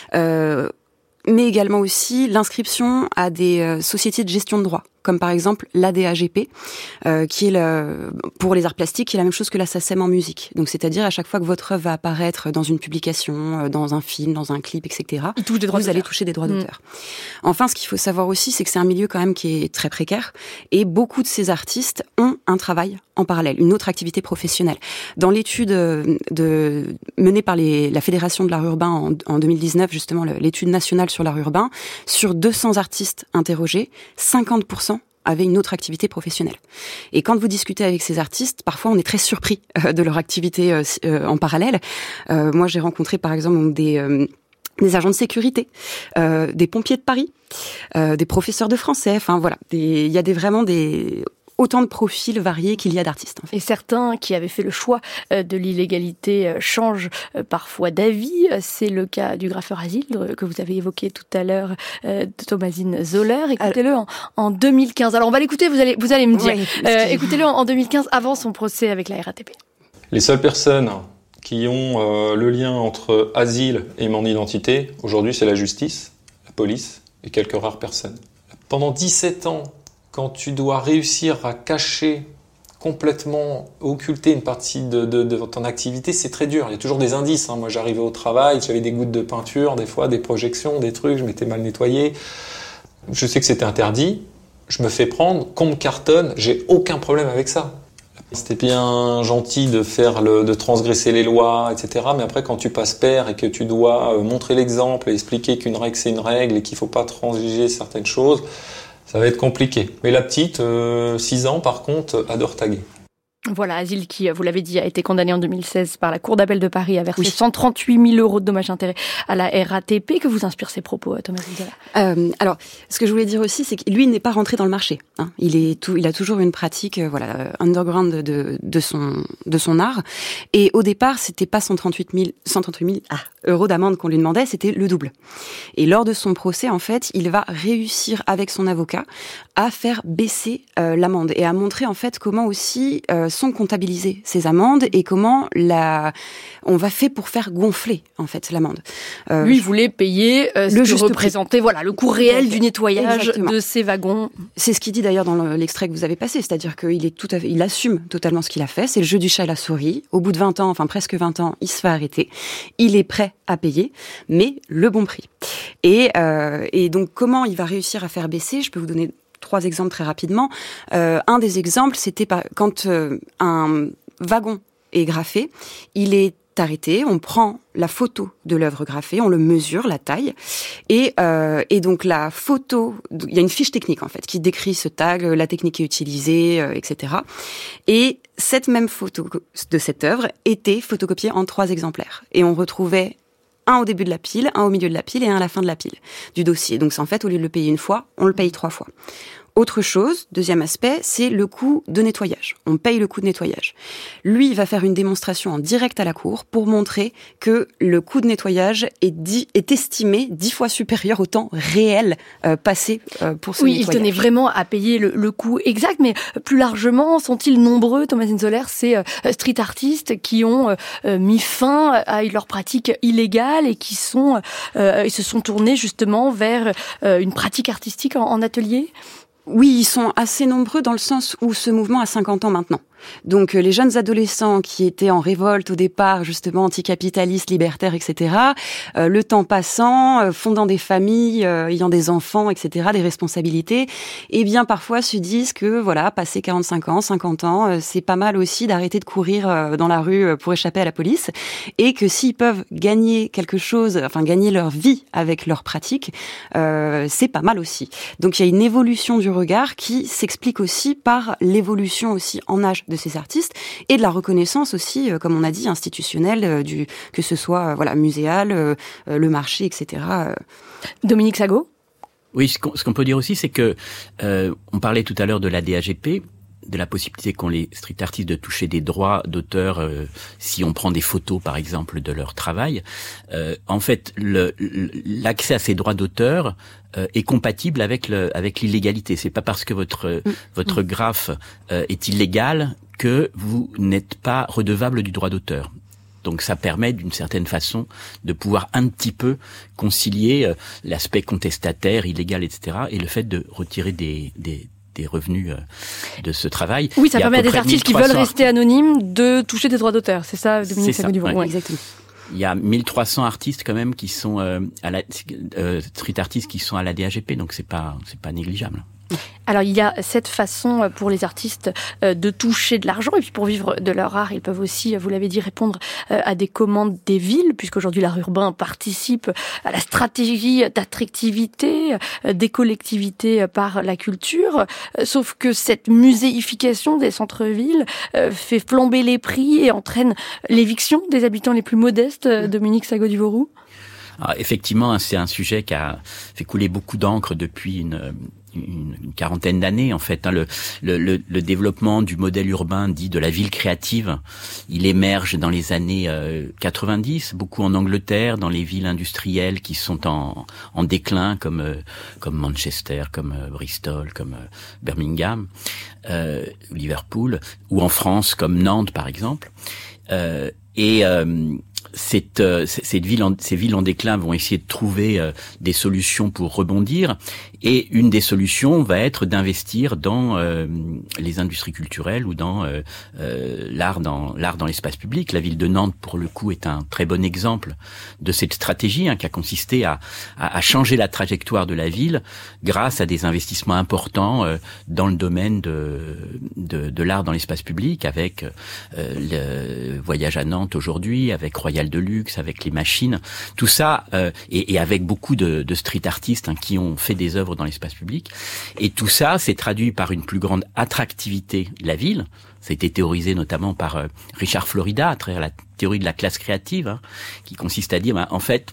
Mais également aussi l'inscription à des sociétés de gestion de droits, comme par exemple l'ADAGP, qui est pour les arts plastiques, qui est la même chose que la SACEM en musique. Donc c'est-à-dire à chaque fois que votre œuvre va apparaître dans une publication, dans un film, dans un clip, etc., vous allez toucher des droits d'auteur. Enfin, ce qu'il faut savoir aussi, c'est que c'est un milieu quand même qui est très précaire, et beaucoup de ces artistes ont un travail en parallèle, une autre activité professionnelle. Dans l'étude menée par la Fédération de l'art urbain en 2019, justement l'étude nationale sur l'art urbain, sur 200 artistes interrogés, 50% avaient une autre activité professionnelle. Et quand vous discutez avec ces artistes, parfois on est très surpris de leur activité en parallèle. Moi, j'ai rencontré par exemple des agents de sécurité, des pompiers de Paris, des professeurs de français. Enfin voilà, il y a vraiment autant de profils variés qu'il y a d'artistes. En fait. Et certains qui avaient fait le choix de l'illégalité changent parfois d'avis. C'est le cas du graffeur Asile que vous avez évoqué tout à l'heure, de Thomasine Zoller. Écoutez-le en 2015. Alors on va l'écouter, vous allez me dire. Oui, écoutez-le en 2015, avant son procès avec la RATP. Les seules personnes qui ont le lien entre Asile et mon identité, aujourd'hui, c'est la justice, la police et quelques rares personnes. Pendant 17 ans, quand tu dois réussir à cacher complètement, occulter une partie de ton activité, c'est très dur. Il y a toujours des indices. Moi, j'arrivais au travail, j'avais des gouttes de peinture, des fois des projections, des trucs, je m'étais mal nettoyé. Je sais que c'était interdit. Je me fais prendre, qu'on me cartonne, j'ai aucun problème avec ça. C'était bien gentil de transgresser les lois, etc. Mais après, quand tu passes pair et que tu dois montrer l'exemple et expliquer qu'une règle, c'est une règle et qu'il ne faut pas transiger certaines choses, ça va être compliqué. Mais la petite, 6 ans par contre, adore taguer. Voilà, Asile qui, vous l'avez dit, a été condamné en 2016 par la Cour d'appel de Paris à verser 138 000 € de dommages et intérêts à la RATP. Que vous inspirent ces propos, Thomas Zoller ? Alors, ce que je voulais dire aussi, c'est que lui n'est pas rentré dans le marché. Hein. Il a toujours une pratique, underground de son art. Et au départ, c'était pas 138 000 € d'amende qu'on lui demandait, c'était le double. Et lors de son procès, en fait, il va réussir avec son avocat à faire baisser l'amende et à montrer en fait comment aussi sont comptabilisées ces amendes et comment on va faire pour faire gonfler en fait l'amende. Lui, il voulait payer ce qui représentait le coût réel du nettoyage de ces wagons. C'est ce qu'il dit d'ailleurs dans l'extrait que vous avez passé, c'est-à-dire qu'il assume totalement ce qu'il a fait. C'est le jeu du chat et la souris. Au bout de 20 ans, enfin presque 20 ans, il se fait arrêter. Il est prêt à payer, mais le bon prix. Et donc comment il va réussir à faire baisser? Je peux vous donner 3 exemples très rapidement. Un des exemples, c'était quand un wagon est graffé, il est arrêté, on prend la photo de l'œuvre graffée, on le mesure, la taille, et donc la photo, il y a une fiche technique en fait qui décrit ce tag, la technique qui est utilisée, etc. Et cette même photo de cette œuvre était photocopiée en 3 exemplaires. Et on retrouvait un au début de la pile, un au milieu de la pile et un à la fin de la pile du dossier. Donc, c'est en fait, au lieu de le payer une fois, on le paye 3 fois. Autre chose, deuxième aspect, c'est le coût de nettoyage. On paye le coût de nettoyage. Lui, il va faire une démonstration en direct à la cour pour montrer que le coût de nettoyage est estimé 10 fois supérieur au temps réel passé pour ce nettoyage. Oui, il tenait vraiment à payer le coût exact, mais plus largement, sont-ils nombreux, Thomasine Zoller, ces street artistes qui ont mis fin à leur pratique illégale et qui ils se sont tournés justement vers une pratique artistique en atelier ? Oui, ils sont assez nombreux dans le sens où ce mouvement a 50 ans maintenant. Donc les jeunes adolescents qui étaient en révolte au départ, justement anticapitalistes, libertaires, etc., le temps passant, fondant des familles, ayant des enfants, etc., des responsabilités, eh bien parfois se disent que voilà, passé 45 ans, 50 ans, c'est pas mal aussi d'arrêter de courir dans la rue pour échapper à la police, et que s'ils peuvent gagner quelque chose, enfin gagner leur vie avec leur pratique, c'est pas mal aussi. Donc il y a une évolution du regard qui s'explique aussi par l'évolution aussi en âge de ces artistes et de la reconnaissance aussi, comme on a dit, institutionnelle, que ce soit muséal, le marché, etc. Dominique Sago ? Oui, ce qu'on peut dire aussi, c'est que on parlait tout à l'heure de la DAGP, de la possibilité qu'ont les street artistes de toucher des droits d'auteur si on prend des photos, par exemple, de leur travail. En fait, l'accès à ces droits d'auteur est compatible avec l'illégalité. C'est pas parce que votre graphe est illégal que vous n'êtes pas redevable du droit d'auteur. Donc ça permet d'une certaine façon de pouvoir un petit peu concilier l'aspect contestataire, illégal, etc. et le fait de retirer des revenus de ce travail. Oui, ça permet à des artistes qui veulent rester anonymes de toucher des droits d'auteur. C'est ça, Dominique Sago-Duvron. Ouais. Exactement. Il y a 1300 artistes quand même qui sont street artistes qui sont à la DAGP, donc c'est pas négligeable. Alors il y a cette façon pour les artistes de toucher de l'argent, et puis pour vivre de leur art, ils peuvent aussi, vous l'avez dit, répondre à des commandes des villes, puisqu'aujourd'hui l'art urbain participe à la stratégie d'attractivité des collectivités par la culture, sauf que cette muséification des centres-villes fait flamber les prix et entraîne l'éviction des habitants les plus modestes. Dominique Sago-Duvron. Effectivement, c'est un sujet qui a fait couler beaucoup d'encre depuis une quarantaine d'années, en fait. Le développement du modèle urbain dit de la ville créative, il émerge dans les années 90, beaucoup en Angleterre, dans les villes industrielles qui sont en déclin, comme Manchester, comme Bristol, comme Birmingham, Liverpool, ou en France, comme Nantes, par exemple. Ces villes en déclin vont essayer de trouver des solutions pour rebondir, et une des solutions va être d'investir dans les industries culturelles ou dans l'art dans l'espace public. La ville de Nantes, pour le coup, est un très bon exemple de cette stratégie qui a consisté à changer la trajectoire de la ville grâce à des investissements importants dans le domaine de l'art dans l'espace public, avec le Voyage à Nantes aujourd'hui, avec Royal de Luxe, avec les machines, tout ça, et avec beaucoup de street artistes qui ont fait des œuvres dans l'espace public. Et tout ça s'est traduit par une plus grande attractivité de la ville. Ça a été théorisé notamment par Richard Florida à travers la théorie de la classe créative, qui consiste à dire, en fait,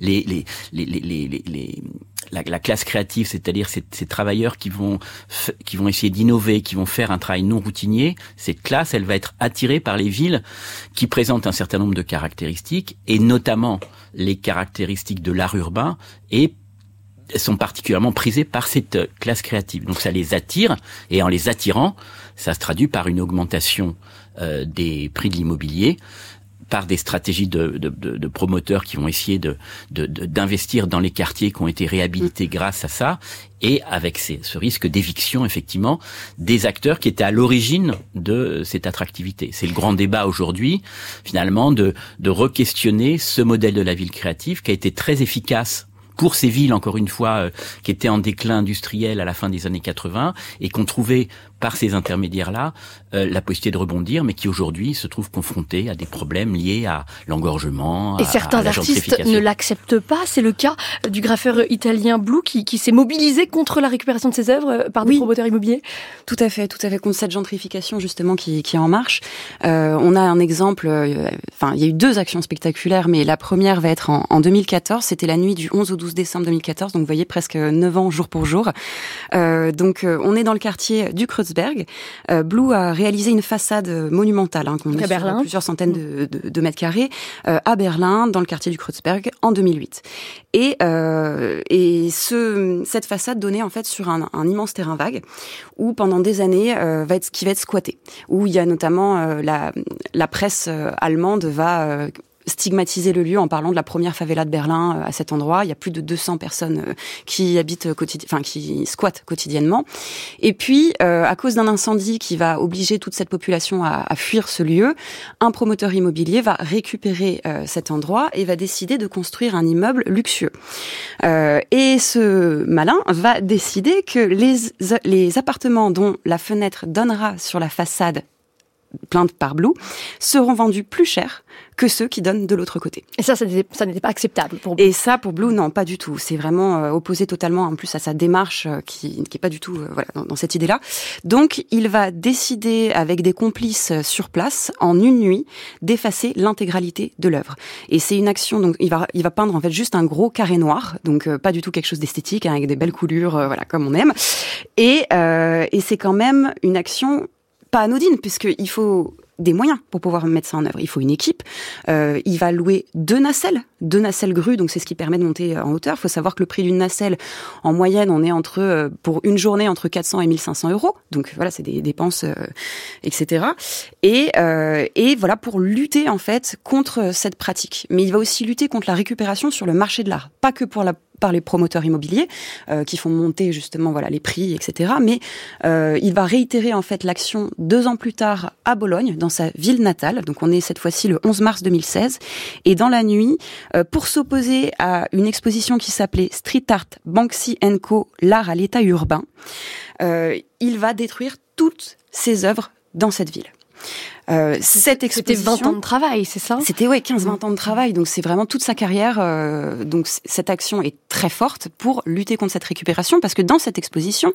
la classe créative, c'est-à-dire ces travailleurs qui vont essayer d'innover, qui vont faire un travail non routinier, cette classe, elle va être attirée par les villes qui présentent un certain nombre de caractéristiques, et notamment les caractéristiques de l'art urbain, et sont particulièrement prisées par cette classe créative. Donc ça les attire, et en les attirant, ça se traduit par une augmentation des prix de l'immobilier, par des stratégies de promoteurs qui vont essayer d'investir dans les quartiers qui ont été réhabilités grâce à ça, et avec ce risque d'éviction, effectivement, des acteurs qui étaient à l'origine de cette attractivité. C'est le grand débat aujourd'hui, finalement, de re-questionner ce modèle de la ville créative qui a été très efficace pour ces villes, encore une fois, qui étaient en déclin industriel à la fin des années 80 et qu'on trouvait par ces intermédiaires-là, la possibilité de rebondir, mais qui aujourd'hui se trouvent confrontés à des problèmes liés à l'engorgement, et certains à la artistes ne l'acceptent pas. C'est le cas du graffeur italien Blue qui s'est mobilisé contre la récupération de ses œuvres par des promoteurs immobiliers. Tout à fait, contre cette gentrification justement qui est en marche. On a un exemple, il y a eu 2 actions spectaculaires, mais la première va être en 2014, c'était la nuit du 11 au 12 décembre 2014, donc vous voyez presque 9 ans jour pour jour. On est dans le quartier du Kreuzberg. Blue a réalisé une façade monumentale, qu'on est sur plusieurs centaines de mètres carrés, à Berlin, dans le quartier du Kreuzberg, en 2008. Et cette façade donnait en fait sur un immense terrain vague, où pendant des années qui va être squatté, où il y a notamment la presse allemande va stigmatiser le lieu en parlant de la première favela de Berlin à cet endroit. Il y a plus de 200 personnes qui habitent qui squattent quotidiennement. Et puis, à cause d'un incendie qui va obliger toute cette population à fuir ce lieu, un promoteur immobilier va récupérer cet endroit et va décider de construire un immeuble luxueux. Et ce malin va décider que les appartements dont la fenêtre donnera sur la façade plainte par Blue seront vendus plus cher que ceux qui donnent de l'autre côté. Et ça n'était pas acceptable pour Blue. Et ça, pour Blue, non, pas du tout. C'est vraiment opposé totalement, en plus, à sa démarche qui est pas du tout dans cette idée-là. Donc, il va décider, avec des complices sur place, en une nuit, d'effacer l'intégralité de l'œuvre. Et c'est une action, donc il va peindre en fait juste un gros carré noir, donc pas du tout quelque chose d'esthétique, avec des belles coulures, comme on aime. Et c'est quand même une action pas anodine, puisqu'il faut des moyens pour pouvoir mettre ça en œuvre. Il faut une équipe. Il va louer 2 nacelles grues, donc c'est ce qui permet de monter en hauteur. Il faut savoir que le prix d'une nacelle, en moyenne, on est pour une journée, entre 400 et 1500 euros. Donc voilà, c'est des dépenses, etc. Et voilà, pour lutter en fait contre cette pratique. Mais il va aussi lutter contre la récupération sur le marché de l'art. Pas que par les promoteurs immobiliers qui font monter justement les prix, etc. Mais il va réitérer en fait l'action 2 ans plus tard à Bologne, dans sa ville natale. Donc on est cette fois-ci le 11 mars 2016. Et dans la nuit, pour s'opposer à une exposition qui s'appelait Street Art Banksy & Co, l'art à l'état urbain, il va détruire toutes ses œuvres dans cette ville. Cette exposition, c'était 20 ans de travail, c'est ça ? C'était 15-20 ans de travail, donc c'est vraiment toute sa carrière. Donc cette action est très forte pour lutter contre cette récupération, parce que dans cette exposition,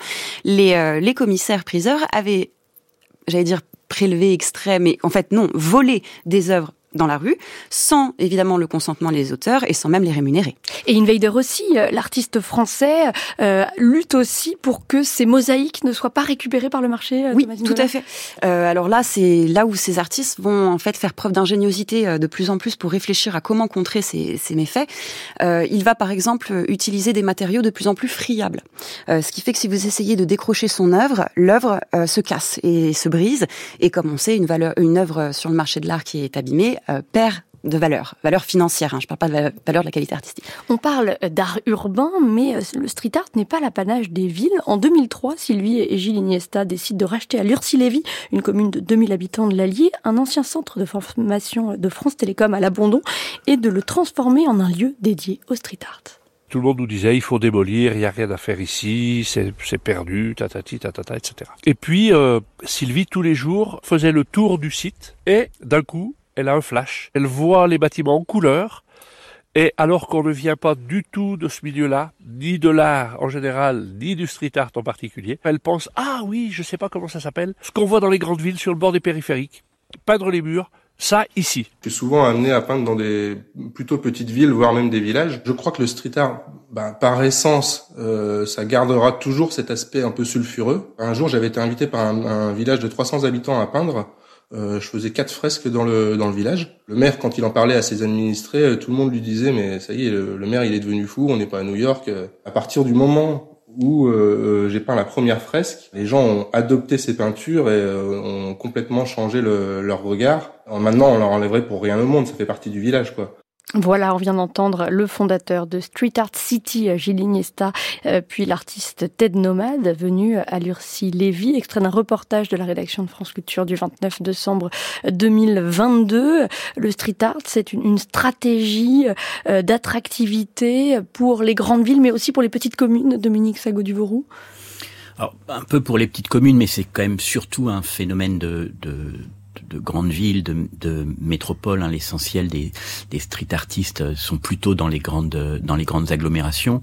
les commissaires-priseurs avaient, j'allais dire prélevé, extrait, mais en fait non, volé des œuvres dans la rue, sans évidemment le consentement des auteurs et sans même les rémunérer. Et Invader aussi, l'artiste français, lutte aussi pour que ces mosaïques ne soient pas récupérées par le marché. Oui, tout à fait. Alors là, c'est là où ces artistes vont en fait faire preuve d'ingéniosité de plus en plus pour réfléchir à comment contrer ces méfaits. Il va par exemple utiliser des matériaux de plus en plus friables, ce qui fait que si vous essayez de décrocher son œuvre, l'œuvre se casse et se brise. Et comme on sait, une œuvre sur le marché de l'art qui est abîmée perd de valeur financière. Je ne parle pas de valeur de la qualité artistique. On parle d'art urbain, mais le street art n'est pas l'apanage des villes. En 2003, Sylvie et Gilles Iniesta décident de racheter à Lurcy-Lévis, une commune de 2000 habitants de l'Allier, un ancien centre de formation de France Télécom à l'Abandon, et de le transformer en un lieu dédié au street art. Tout le monde nous disait, il faut démolir, il n'y a rien à faire ici, c'est perdu, tatati, tatata, etc. Et puis, Sylvie, tous les jours, faisait le tour du site, et d'un coup, elle a un flash. Elle voit les bâtiments en couleur, et alors qu'on ne vient pas du tout de ce milieu-là, ni de l'art en général, ni du street art en particulier, elle pense, ah oui, je sais pas comment ça s'appelle, ce qu'on voit dans les grandes villes, sur le bord des périphériques, peindre les murs, ça ici. Je suis souvent amené à peindre dans des plutôt petites villes, voire même des villages. Je crois que le street art, par essence, ça gardera toujours cet aspect un peu sulfureux. Un jour, j'avais été invité par un village de 300 habitants à peindre. Je faisais 4 fresques dans le village. Le maire, quand il en parlait à ses administrés, tout le monde lui disait, mais ça y est, le maire, il est devenu fou, on n'est pas à New York. À partir du moment où j'ai peint la première fresque, les gens ont adopté ces peintures et ont complètement changé leur regard. Maintenant, on leur enlèverait pour rien au monde, ça fait partie du village, quoi. Voilà, on vient d'entendre le fondateur de Street Art City, Gilles Iniesta, puis l'artiste Ted Nomad, venu à Lurcy-Lévis, extrait d'un reportage de la rédaction de France Culture du 29 décembre 2022. Le street art, c'est une stratégie d'attractivité pour les grandes villes, mais aussi pour les petites communes, Dominique Sagot-Duvauroux. Alors, un peu pour les petites communes, mais c'est quand même surtout un phénomène de grandes villes, de métropoles. Hein. L'essentiel des street artistes sont plutôt dans les grandes agglomérations.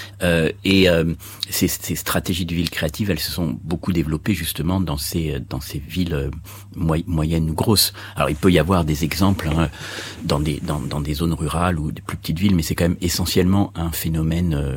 Ces stratégies de ville créative, elles se sont beaucoup développées justement dans ces villes moyennes ou grosses. Alors il peut y avoir des exemples dans des zones rurales ou des plus petites villes, mais c'est quand même essentiellement un phénomène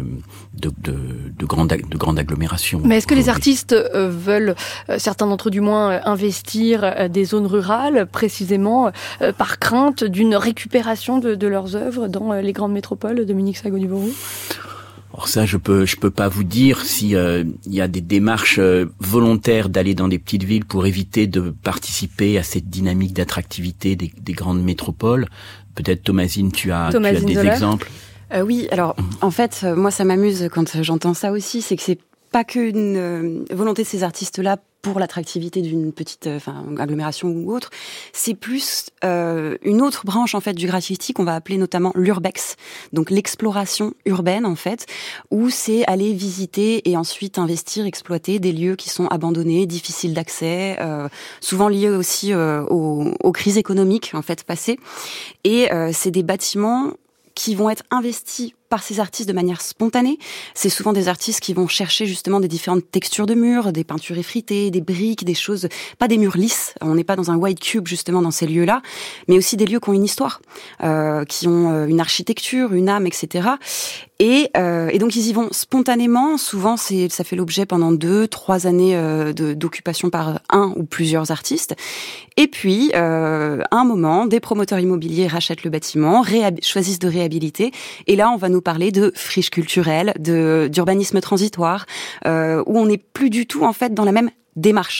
de grande agglomération. Mais est-ce que les artistes veulent, certains d'entre eux du moins, investir des zones rurales précisément par crainte d'une récupération de leurs œuvres dans les grandes métropoles, Dominique Sago-Duboroux ? Alors ça, je peux pas vous dire si il y a des démarches volontaires d'aller dans des petites villes pour éviter de participer à cette dynamique d'attractivité des grandes métropoles. Peut-être Thomasine, tu as des Zoller. exemples. Oui, alors en fait, moi ça m'amuse quand j'entends ça aussi, c'est que c'est pas qu'une volonté de ces artistes-là pour l'attractivité d'une petite agglomération ou autre, c'est plus une autre branche en fait du graffiti qu'on va appeler notamment l'urbex, donc l'exploration urbaine en fait, où c'est aller visiter et ensuite investir, exploiter des lieux qui sont abandonnés, difficiles d'accès, souvent liés aussi aux crises économiques en fait passées, et c'est des bâtiments qui vont être investis par ces artistes de manière spontanée. C'est souvent des artistes qui vont chercher justement des différentes textures de murs, des peintures effritées, des briques, des choses, pas des murs lisses. On n'est pas dans un white cube justement dans ces lieux-là, mais aussi des lieux qui ont une histoire, qui ont une architecture, une âme, etc. Et donc ils y vont spontanément. Souvent, ça fait l'objet pendant 2-3 années d'occupation par un ou plusieurs artistes. Et puis, à un moment, des promoteurs immobiliers rachètent le bâtiment, choisissent de réhabiliter. Et là, on va nous parler de friche culturelle, d'urbanisme transitoire, où on n'est plus du tout en fait dans la même démarche.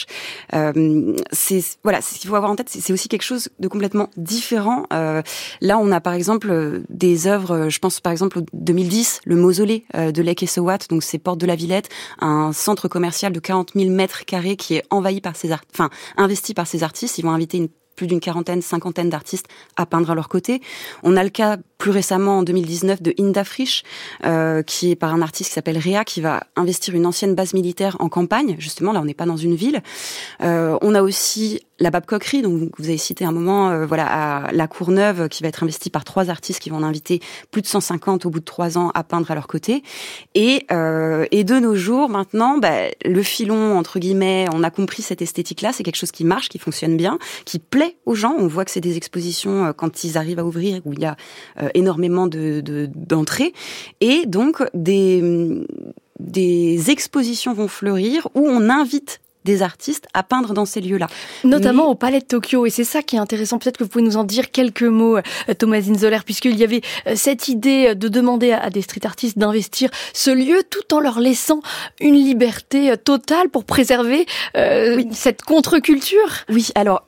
C'est ce qu'il faut avoir en tête, c'est aussi quelque chose de complètement différent. Là, on a par exemple des œuvres, je pense par exemple au 2010, le mausolée de Lake et Sowat, donc c'est Porte de la Villette, un centre commercial de 40 000 mètres carrés qui est envahi par investi par ces artistes. Ils vont inviter plus d'une cinquantaine d'artistes à peindre à leur côté. On a le cas plus récemment en 2019 de Inda Frisch, qui est par un artiste qui s'appelle Réa, qui va investir une ancienne base militaire en campagne. Justement, là, on n'est pas dans une ville. On a aussi la Babcoquerie, donc vous avez cité un moment, à la Courneuve, qui va être investie par 3 artistes qui vont en inviter plus de 150 au bout de 3 ans à peindre à leur côté. Et de nos jours, maintenant, le filon, entre guillemets, on a compris cette esthétique-là, c'est quelque chose qui marche, qui fonctionne bien, qui plaît aux gens. On voit que c'est des expositions quand ils arrivent à ouvrir, où il y a énormément d'entrées. Et donc, des expositions vont fleurir où on invite des artistes à peindre dans ces lieux-là. Notamment au Palais de Tokyo. Et c'est ça qui est intéressant. Peut-être que vous pouvez nous en dire quelques mots, Thomasine Zoller, puisqu'il y avait cette idée de demander à des street artistes d'investir ce lieu tout en leur laissant une liberté totale pour préserver cette contre-culture. Oui, alors...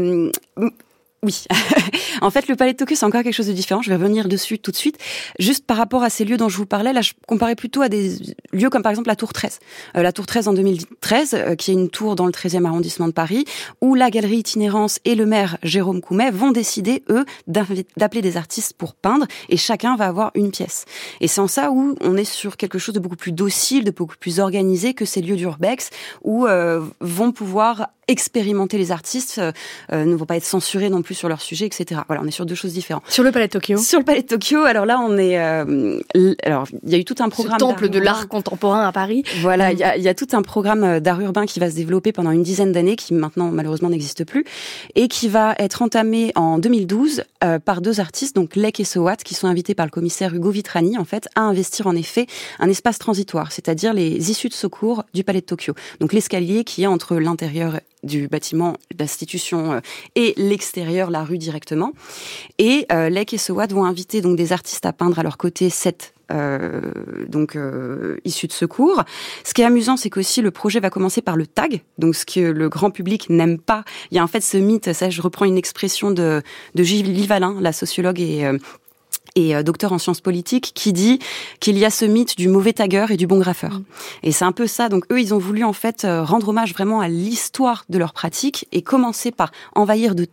Oui. En fait, le Palais de Tokyo, c'est encore quelque chose de différent. Je vais revenir dessus tout de suite. Juste par rapport à ces lieux dont je vous parlais, là, je comparais plutôt à des lieux comme par exemple la Tour 13. La Tour 13 en 2013, qui est une tour dans le 13e arrondissement de Paris, où la galerie Itinérance et le maire Jérôme Coumet vont décider, eux, d'appeler des artistes pour peindre, et chacun va avoir une pièce. Et c'est en ça où on est sur quelque chose de beaucoup plus docile, de beaucoup plus organisé que ces lieux d'urbex, où vont pouvoir expérimenter les artistes, ne vont pas être censurés non plus sur leur sujet, etc. Voilà, on est sur 2 choses différentes. Sur le Palais de Tokyo. Sur le Palais de Tokyo, alors là, on est... alors, il y a eu tout un programme... Ce temple de l'art contemporain à Paris. Voilà, il y a tout un programme d'art urbain qui va se développer pendant une dizaine d'années, qui maintenant, malheureusement, n'existe plus, et qui va être entamé en 2012 par 2 artistes, donc Lake et Sowat, qui sont invités par le commissaire Hugo Vitrani, en fait, à investir, en effet, un espace transitoire, c'est-à-dire les issues de secours du Palais de Tokyo. Donc, l'escalier qui est entre l'intérieur du bâtiment, l'institution et l'extérieur, la rue directement. Et Lake et Sowat vont inviter donc des artistes à peindre à leur côté 7 issues de secours. Ce qui est amusant, c'est qu'aussi le projet va commencer par le tag, donc ce que le grand public n'aime pas. Il y a en fait ce mythe, ça je reprends une expression de Gilles Livalin, la sociologue et docteur en sciences politiques, qui dit qu'il y a ce mythe du mauvais tagueur et du bon graffeur. Et c'est un peu ça. Donc eux, ils ont voulu en fait rendre hommage vraiment à l'histoire de leur pratique et commencer par envahir de tags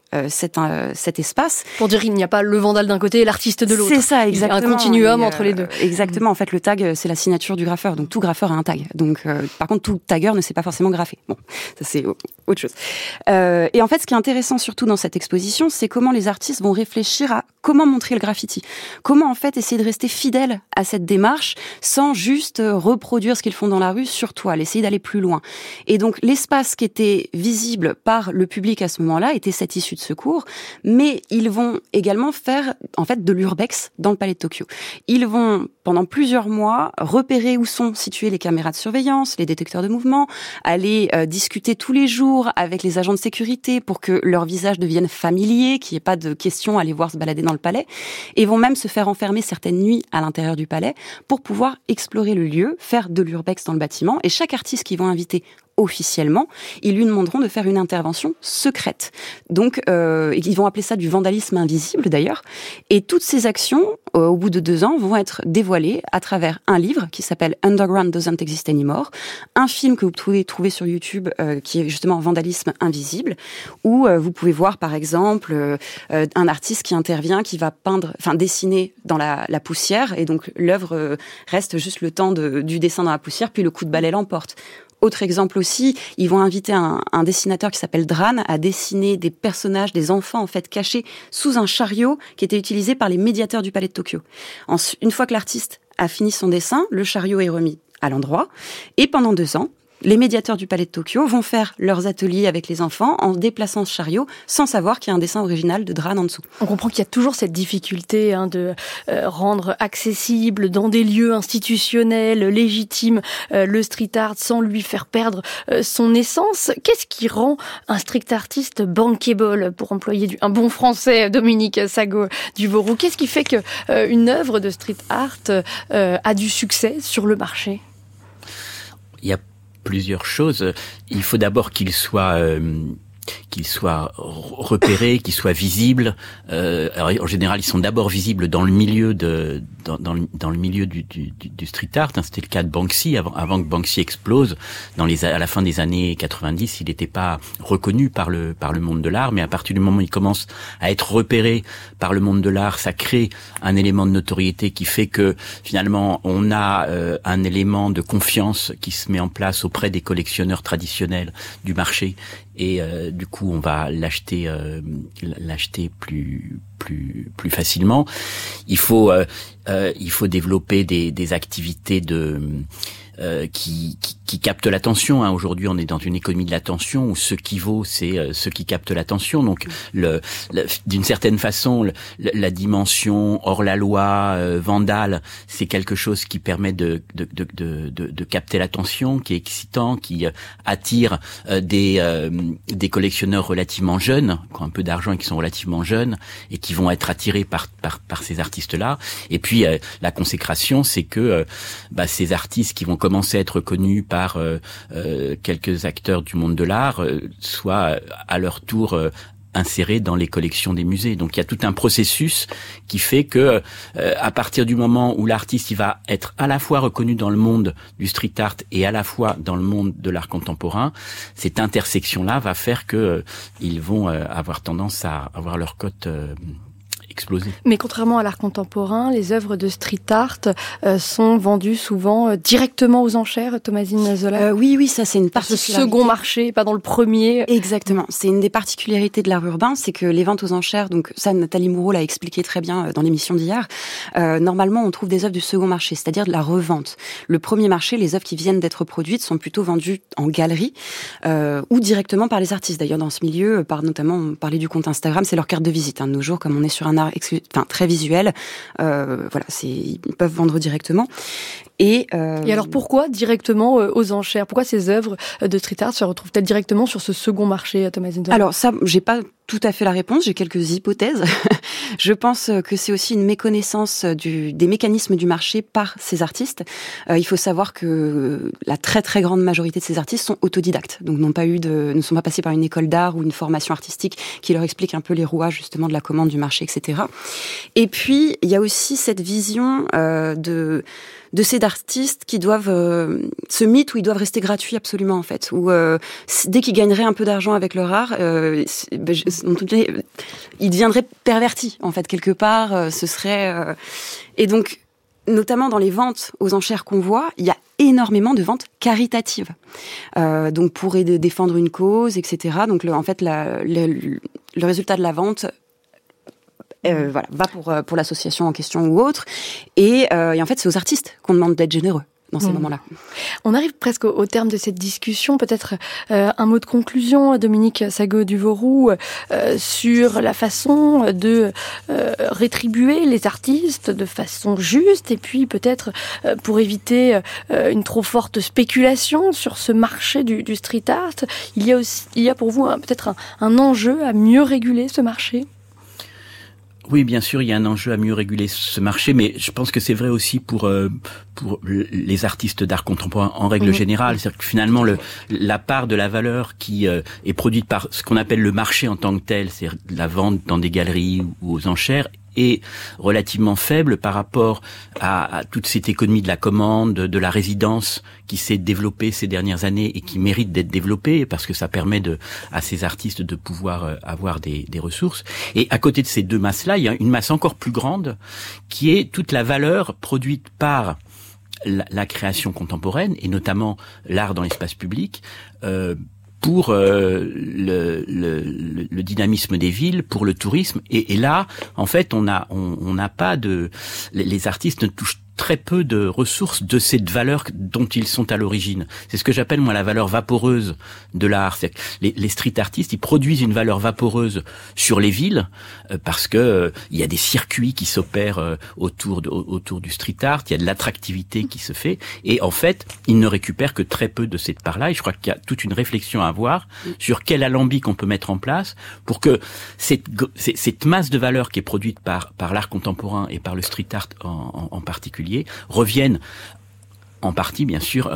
cet espace. Pour dire il n'y a pas le vandale d'un côté et l'artiste de l'autre. C'est ça, exactement. Il y a un continuum entre les deux. Exactement. En fait, le tag, c'est la signature du graffeur. Donc, tout graffeur a un tag. Donc, par contre, tout tagueur ne sait pas forcément graffer. Bon, ça, c'est autre chose. Et en fait, ce qui est intéressant surtout dans cette exposition, c'est comment les artistes vont réfléchir à comment montrer le graffiti. Comment, en fait, essayer de rester fidèle à cette démarche sans juste reproduire ce qu'ils font dans la rue sur toile, essayer d'aller plus loin. Et donc, l'espace qui était visible par le public à ce moment-là était cette issue de secours, mais ils vont également faire, en fait, de l'urbex dans le Palais de Tokyo. Ils vont, pendant plusieurs mois, repérer où sont situées les caméras de surveillance, les détecteurs de mouvement, aller discuter tous les jours avec les agents de sécurité pour que leur visage devienne familier, qu'il n'y ait pas de question à les voir se balader dans le palais, et vont même se faire enfermer certaines nuits à l'intérieur du palais pour pouvoir explorer le lieu, faire de l'urbex dans le bâtiment, et chaque artiste qu'ils vont inviter officiellement, ils lui demanderont de faire une intervention secrète. Donc, ils vont appeler ça du vandalisme invisible d'ailleurs. Et toutes ces actions, au bout de 2 ans, vont être dévoilées à travers un livre qui s'appelle Underground Doesn't Exist Anymore, un film que vous pouvez trouver sur YouTube qui est justement Vandalisme invisible, où vous pouvez voir par exemple un artiste qui intervient, qui va dessiner dans la poussière, et donc l'œuvre reste juste le temps du dessin dans la poussière, puis le coup de balai l'emporte. Autre exemple aussi, ils vont inviter un dessinateur qui s'appelle Dran à dessiner des personnages, des enfants en fait cachés sous un chariot qui était utilisé par les médiateurs du Palais de Tokyo. Une fois que l'artiste a fini son dessin, le chariot est remis à l'endroit, et pendant 2 ans, les médiateurs du Palais de Tokyo vont faire leurs ateliers avec les enfants en déplaçant ce chariot sans savoir qu'il y a un dessin original de Dran en dessous. On comprend qu'il y a toujours cette difficulté de rendre accessible dans des lieux institutionnels, légitimes, le street art sans lui faire perdre son essence. Qu'est-ce qui rend un street artiste bankable, pour employer un bon français, Dominique Sago-Duvauroux? Qu'est-ce qui fait qu'une œuvre de street art a du succès sur le marché? Il y a plusieurs choses. Il faut d'abord qu'il soit repéré, qu'il soit visible. Alors, en général, ils sont d'abord visibles dans le milieu dans le milieu du street art. C'était le cas de Banksy avant que Banksy explose. À la fin des années 90, il n'était pas reconnu par le monde de l'art, mais à partir du moment où il commence à être repéré par le monde de l'art, ça crée un élément de notoriété qui fait que finalement on a un élément de confiance qui se met en place auprès des collectionneurs traditionnels du marché. Et du coup, on va l'acheter plus facilement. Il faut développer des activités qui captent l'attention. Aujourd'hui, on est dans une économie de l'attention où ce qui vaut, c'est ce qui capte l'attention. Donc, d'une certaine façon, la dimension hors la loi, vandale, c'est quelque chose qui permet de capter l'attention, qui est excitant, qui attire des collectionneurs relativement jeunes, qui ont un peu d'argent et qui sont relativement jeunes, et qui vont être attirés par ces artistes-là. Et puis, la consécration, c'est que ces artistes qui vont commencer à être connus par quelques acteurs du monde de l'art soient à leur tour insérés dans les collections des musées. Donc il y a tout un processus qui fait que à partir du moment où l'artiste il va être à la fois reconnu dans le monde du street art et à la fois dans le monde de l'art contemporain, cette intersection-là va faire que ils vont avoir tendance à avoir leur cote exploser. Mais contrairement à l'art contemporain, les œuvres de street art sont vendues souvent directement aux enchères, Thomasine Zoller. Oui, ça c'est une particularité. Par ce second marché, pas dans le premier. Exactement. C'est une des particularités de l'art urbain, c'est que les ventes aux enchères, donc ça Nathalie Moreau l'a expliqué très bien dans l'émission d'hier, normalement on trouve des œuvres du second marché, c'est-à-dire de la revente. Le premier marché, les œuvres qui viennent d'être produites sont plutôt vendues en galerie ou directement par les artistes. D'ailleurs dans ce milieu, notamment on parlait du compte Instagram, c'est leur carte de visite. De nos jours, comme on est sur un art très visuel, ils peuvent vendre directement. Et alors pourquoi directement aux enchères? Pourquoi ces œuvres de street art se retrouvent-elles directement sur ce second marché, Thomasine Zoller? Alors ça, j'ai pas tout à fait la réponse, j'ai quelques hypothèses. Je pense que c'est aussi une méconnaissance des mécanismes du marché par ces artistes. Il faut savoir que la très très grande majorité de ces artistes sont autodidactes, donc ne sont pas passés par une école d'art ou une formation artistique qui leur explique un peu les rouages justement de la commande du marché, etc. Et puis il y a aussi cette vision de ces artistes qui doivent ce mythe où ils doivent rester gratuits absolument en fait, où dès qu'ils gagneraient un peu d'argent avec leur art, il deviendrait perverti en fait quelque part. Ce serait et donc notamment dans les ventes aux enchères qu'on voit, il y a énormément de ventes caritatives. Donc pour défendre une cause, etc. Donc en fait le résultat de la vente va pour l'association en question ou autre. Et en fait, c'est aux artistes qu'on demande d'être généreux dans ces moments-là. On arrive presque au terme de cette discussion. Peut-être un mot de conclusion, Dominique Sagot-Duvauroux, sur la façon de rétribuer les artistes de façon juste, et puis peut-être pour éviter une trop forte spéculation sur ce marché du street art. Il y a pour vous peut-être un enjeu à mieux réguler ce marché ? Oui, bien sûr, il y a un enjeu à mieux réguler ce marché, mais je pense que c'est vrai aussi pour les artistes d'art contemporain en règle générale. C'est-à-dire que finalement, la part de la valeur qui est produite par ce qu'on appelle le marché en tant que tel, c'est-à-dire la vente dans des galeries ou aux enchères, est relativement faible par rapport à toute cette économie de la commande, de la résidence qui s'est développée ces dernières années et qui mérite d'être développée parce que ça permet à ces artistes de pouvoir avoir des ressources. Et à côté de ces deux masses-là, il y a une masse encore plus grande qui est toute la valeur produite par la création contemporaine et notamment l'art dans l'espace public, pour le dynamisme des villes, pour le tourisme, et là, en fait, on n'a pas les artistes ne touchent très peu de ressources de cette valeur dont ils sont à l'origine. C'est ce que j'appelle, moi, la valeur vaporeuse de l'art. C'est que les street artistes, ils produisent une valeur vaporeuse sur les villes parce que il y a des circuits qui s'opèrent autour du street art, il y a de l'attractivité qui se fait, et en fait, ils ne récupèrent que très peu de cette part-là, et je crois qu'il y a toute une réflexion à avoir sur quel alambic on peut mettre en place pour que cette masse de valeur qui est produite par l'art contemporain et par le street art en particulier reviennent en partie, bien sûr,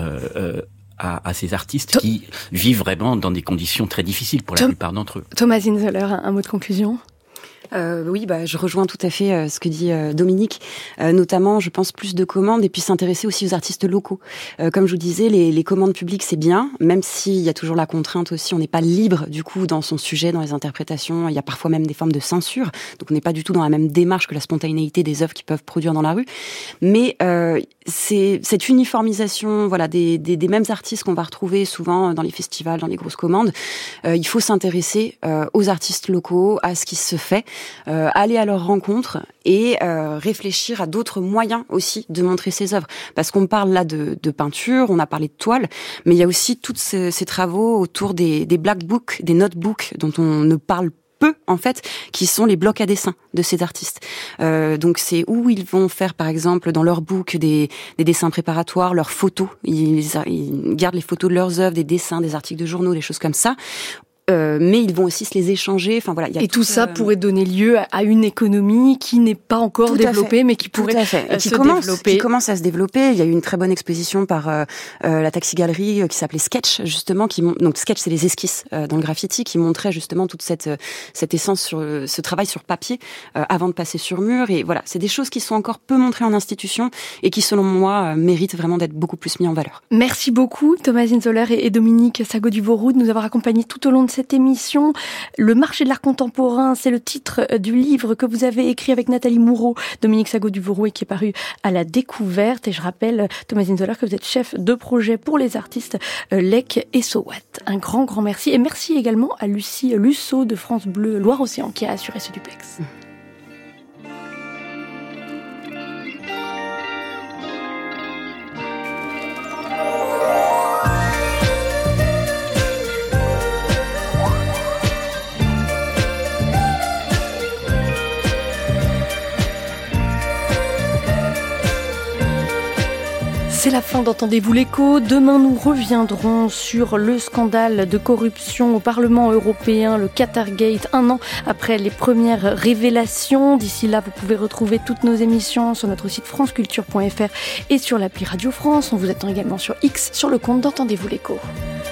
à ces artistes qui vivent vraiment dans des conditions très difficiles pour la plupart d'entre eux. Thomasine Zoller, un mot de conclusion ? Oui, je rejoins tout à fait ce que dit Dominique, notamment, je pense, plus de commandes et puis s'intéresser aussi aux artistes locaux. Comme je vous disais, les commandes publiques, c'est bien, même s'il y a toujours la contrainte aussi, on n'est pas libre du coup dans son sujet, dans les interprétations, il y a parfois même des formes de censure, donc on n'est pas du tout dans la même démarche que la spontanéité des œuvres qu'ils peuvent produire dans la rue, mais c'est cette uniformisation des mêmes artistes qu'on va retrouver souvent dans les festivals, dans les grosses commandes. Il faut s'intéresser aux artistes locaux, à ce qui se fait, aller à leur rencontre et réfléchir à d'autres moyens aussi de montrer ses œuvres. Parce qu'on parle là de peinture, on a parlé de toile, mais il y a aussi tous ces travaux autour des black books, des notebooks dont on ne parle peu, en fait, qui sont les blocs à dessin de ces artistes. Donc c'est où ils vont faire, par exemple, dans leur book, des dessins préparatoires, leurs photos. Ils gardent les photos de leurs œuvres, des dessins, des articles de journaux, des choses comme ça. Mais ils vont aussi se les échanger. Enfin voilà, et tout ça pourrait donner lieu à une économie qui n'est pas encore développée, mais qui pourrait qui commence à se développer. Il y a eu une très bonne exposition par la Taxi Galerie qui s'appelait Sketch, justement, donc Sketch, c'est les esquisses dans le graffiti, qui montrait justement toute cette essence sur ce travail sur papier avant de passer sur mur. Et voilà, c'est des choses qui sont encore peu montrées en institution et qui, selon moi, méritent vraiment d'être beaucoup plus mis en valeur. Merci beaucoup, Thomasine Zoller et Dominique Sagot-Duvauroux, de nous avoir accompagnés tout au long de cette émission. Le marché de l'art contemporain, c'est le titre du livre que vous avez écrit avec Nathalie Moureau, Dominique Sagot-Duvauroux, et qui est paru à la Découverte. Et je rappelle, Thomasine Zoller, que vous êtes chef de projet pour les artistes Lec et So What. Un grand merci. Et merci également à Lucie Lusso de France Bleu Loire-Océan qui a assuré ce duplex. C'est la fin d'Entendez-vous l'écho. Demain, nous reviendrons sur le scandale de corruption au Parlement européen, le Qatargate, 1 an après les premières révélations. D'ici là, vous pouvez retrouver toutes nos émissions sur notre site franceculture.fr et sur l'appli Radio France. On vous attend également sur X, sur le compte d'Entendez-vous l'écho.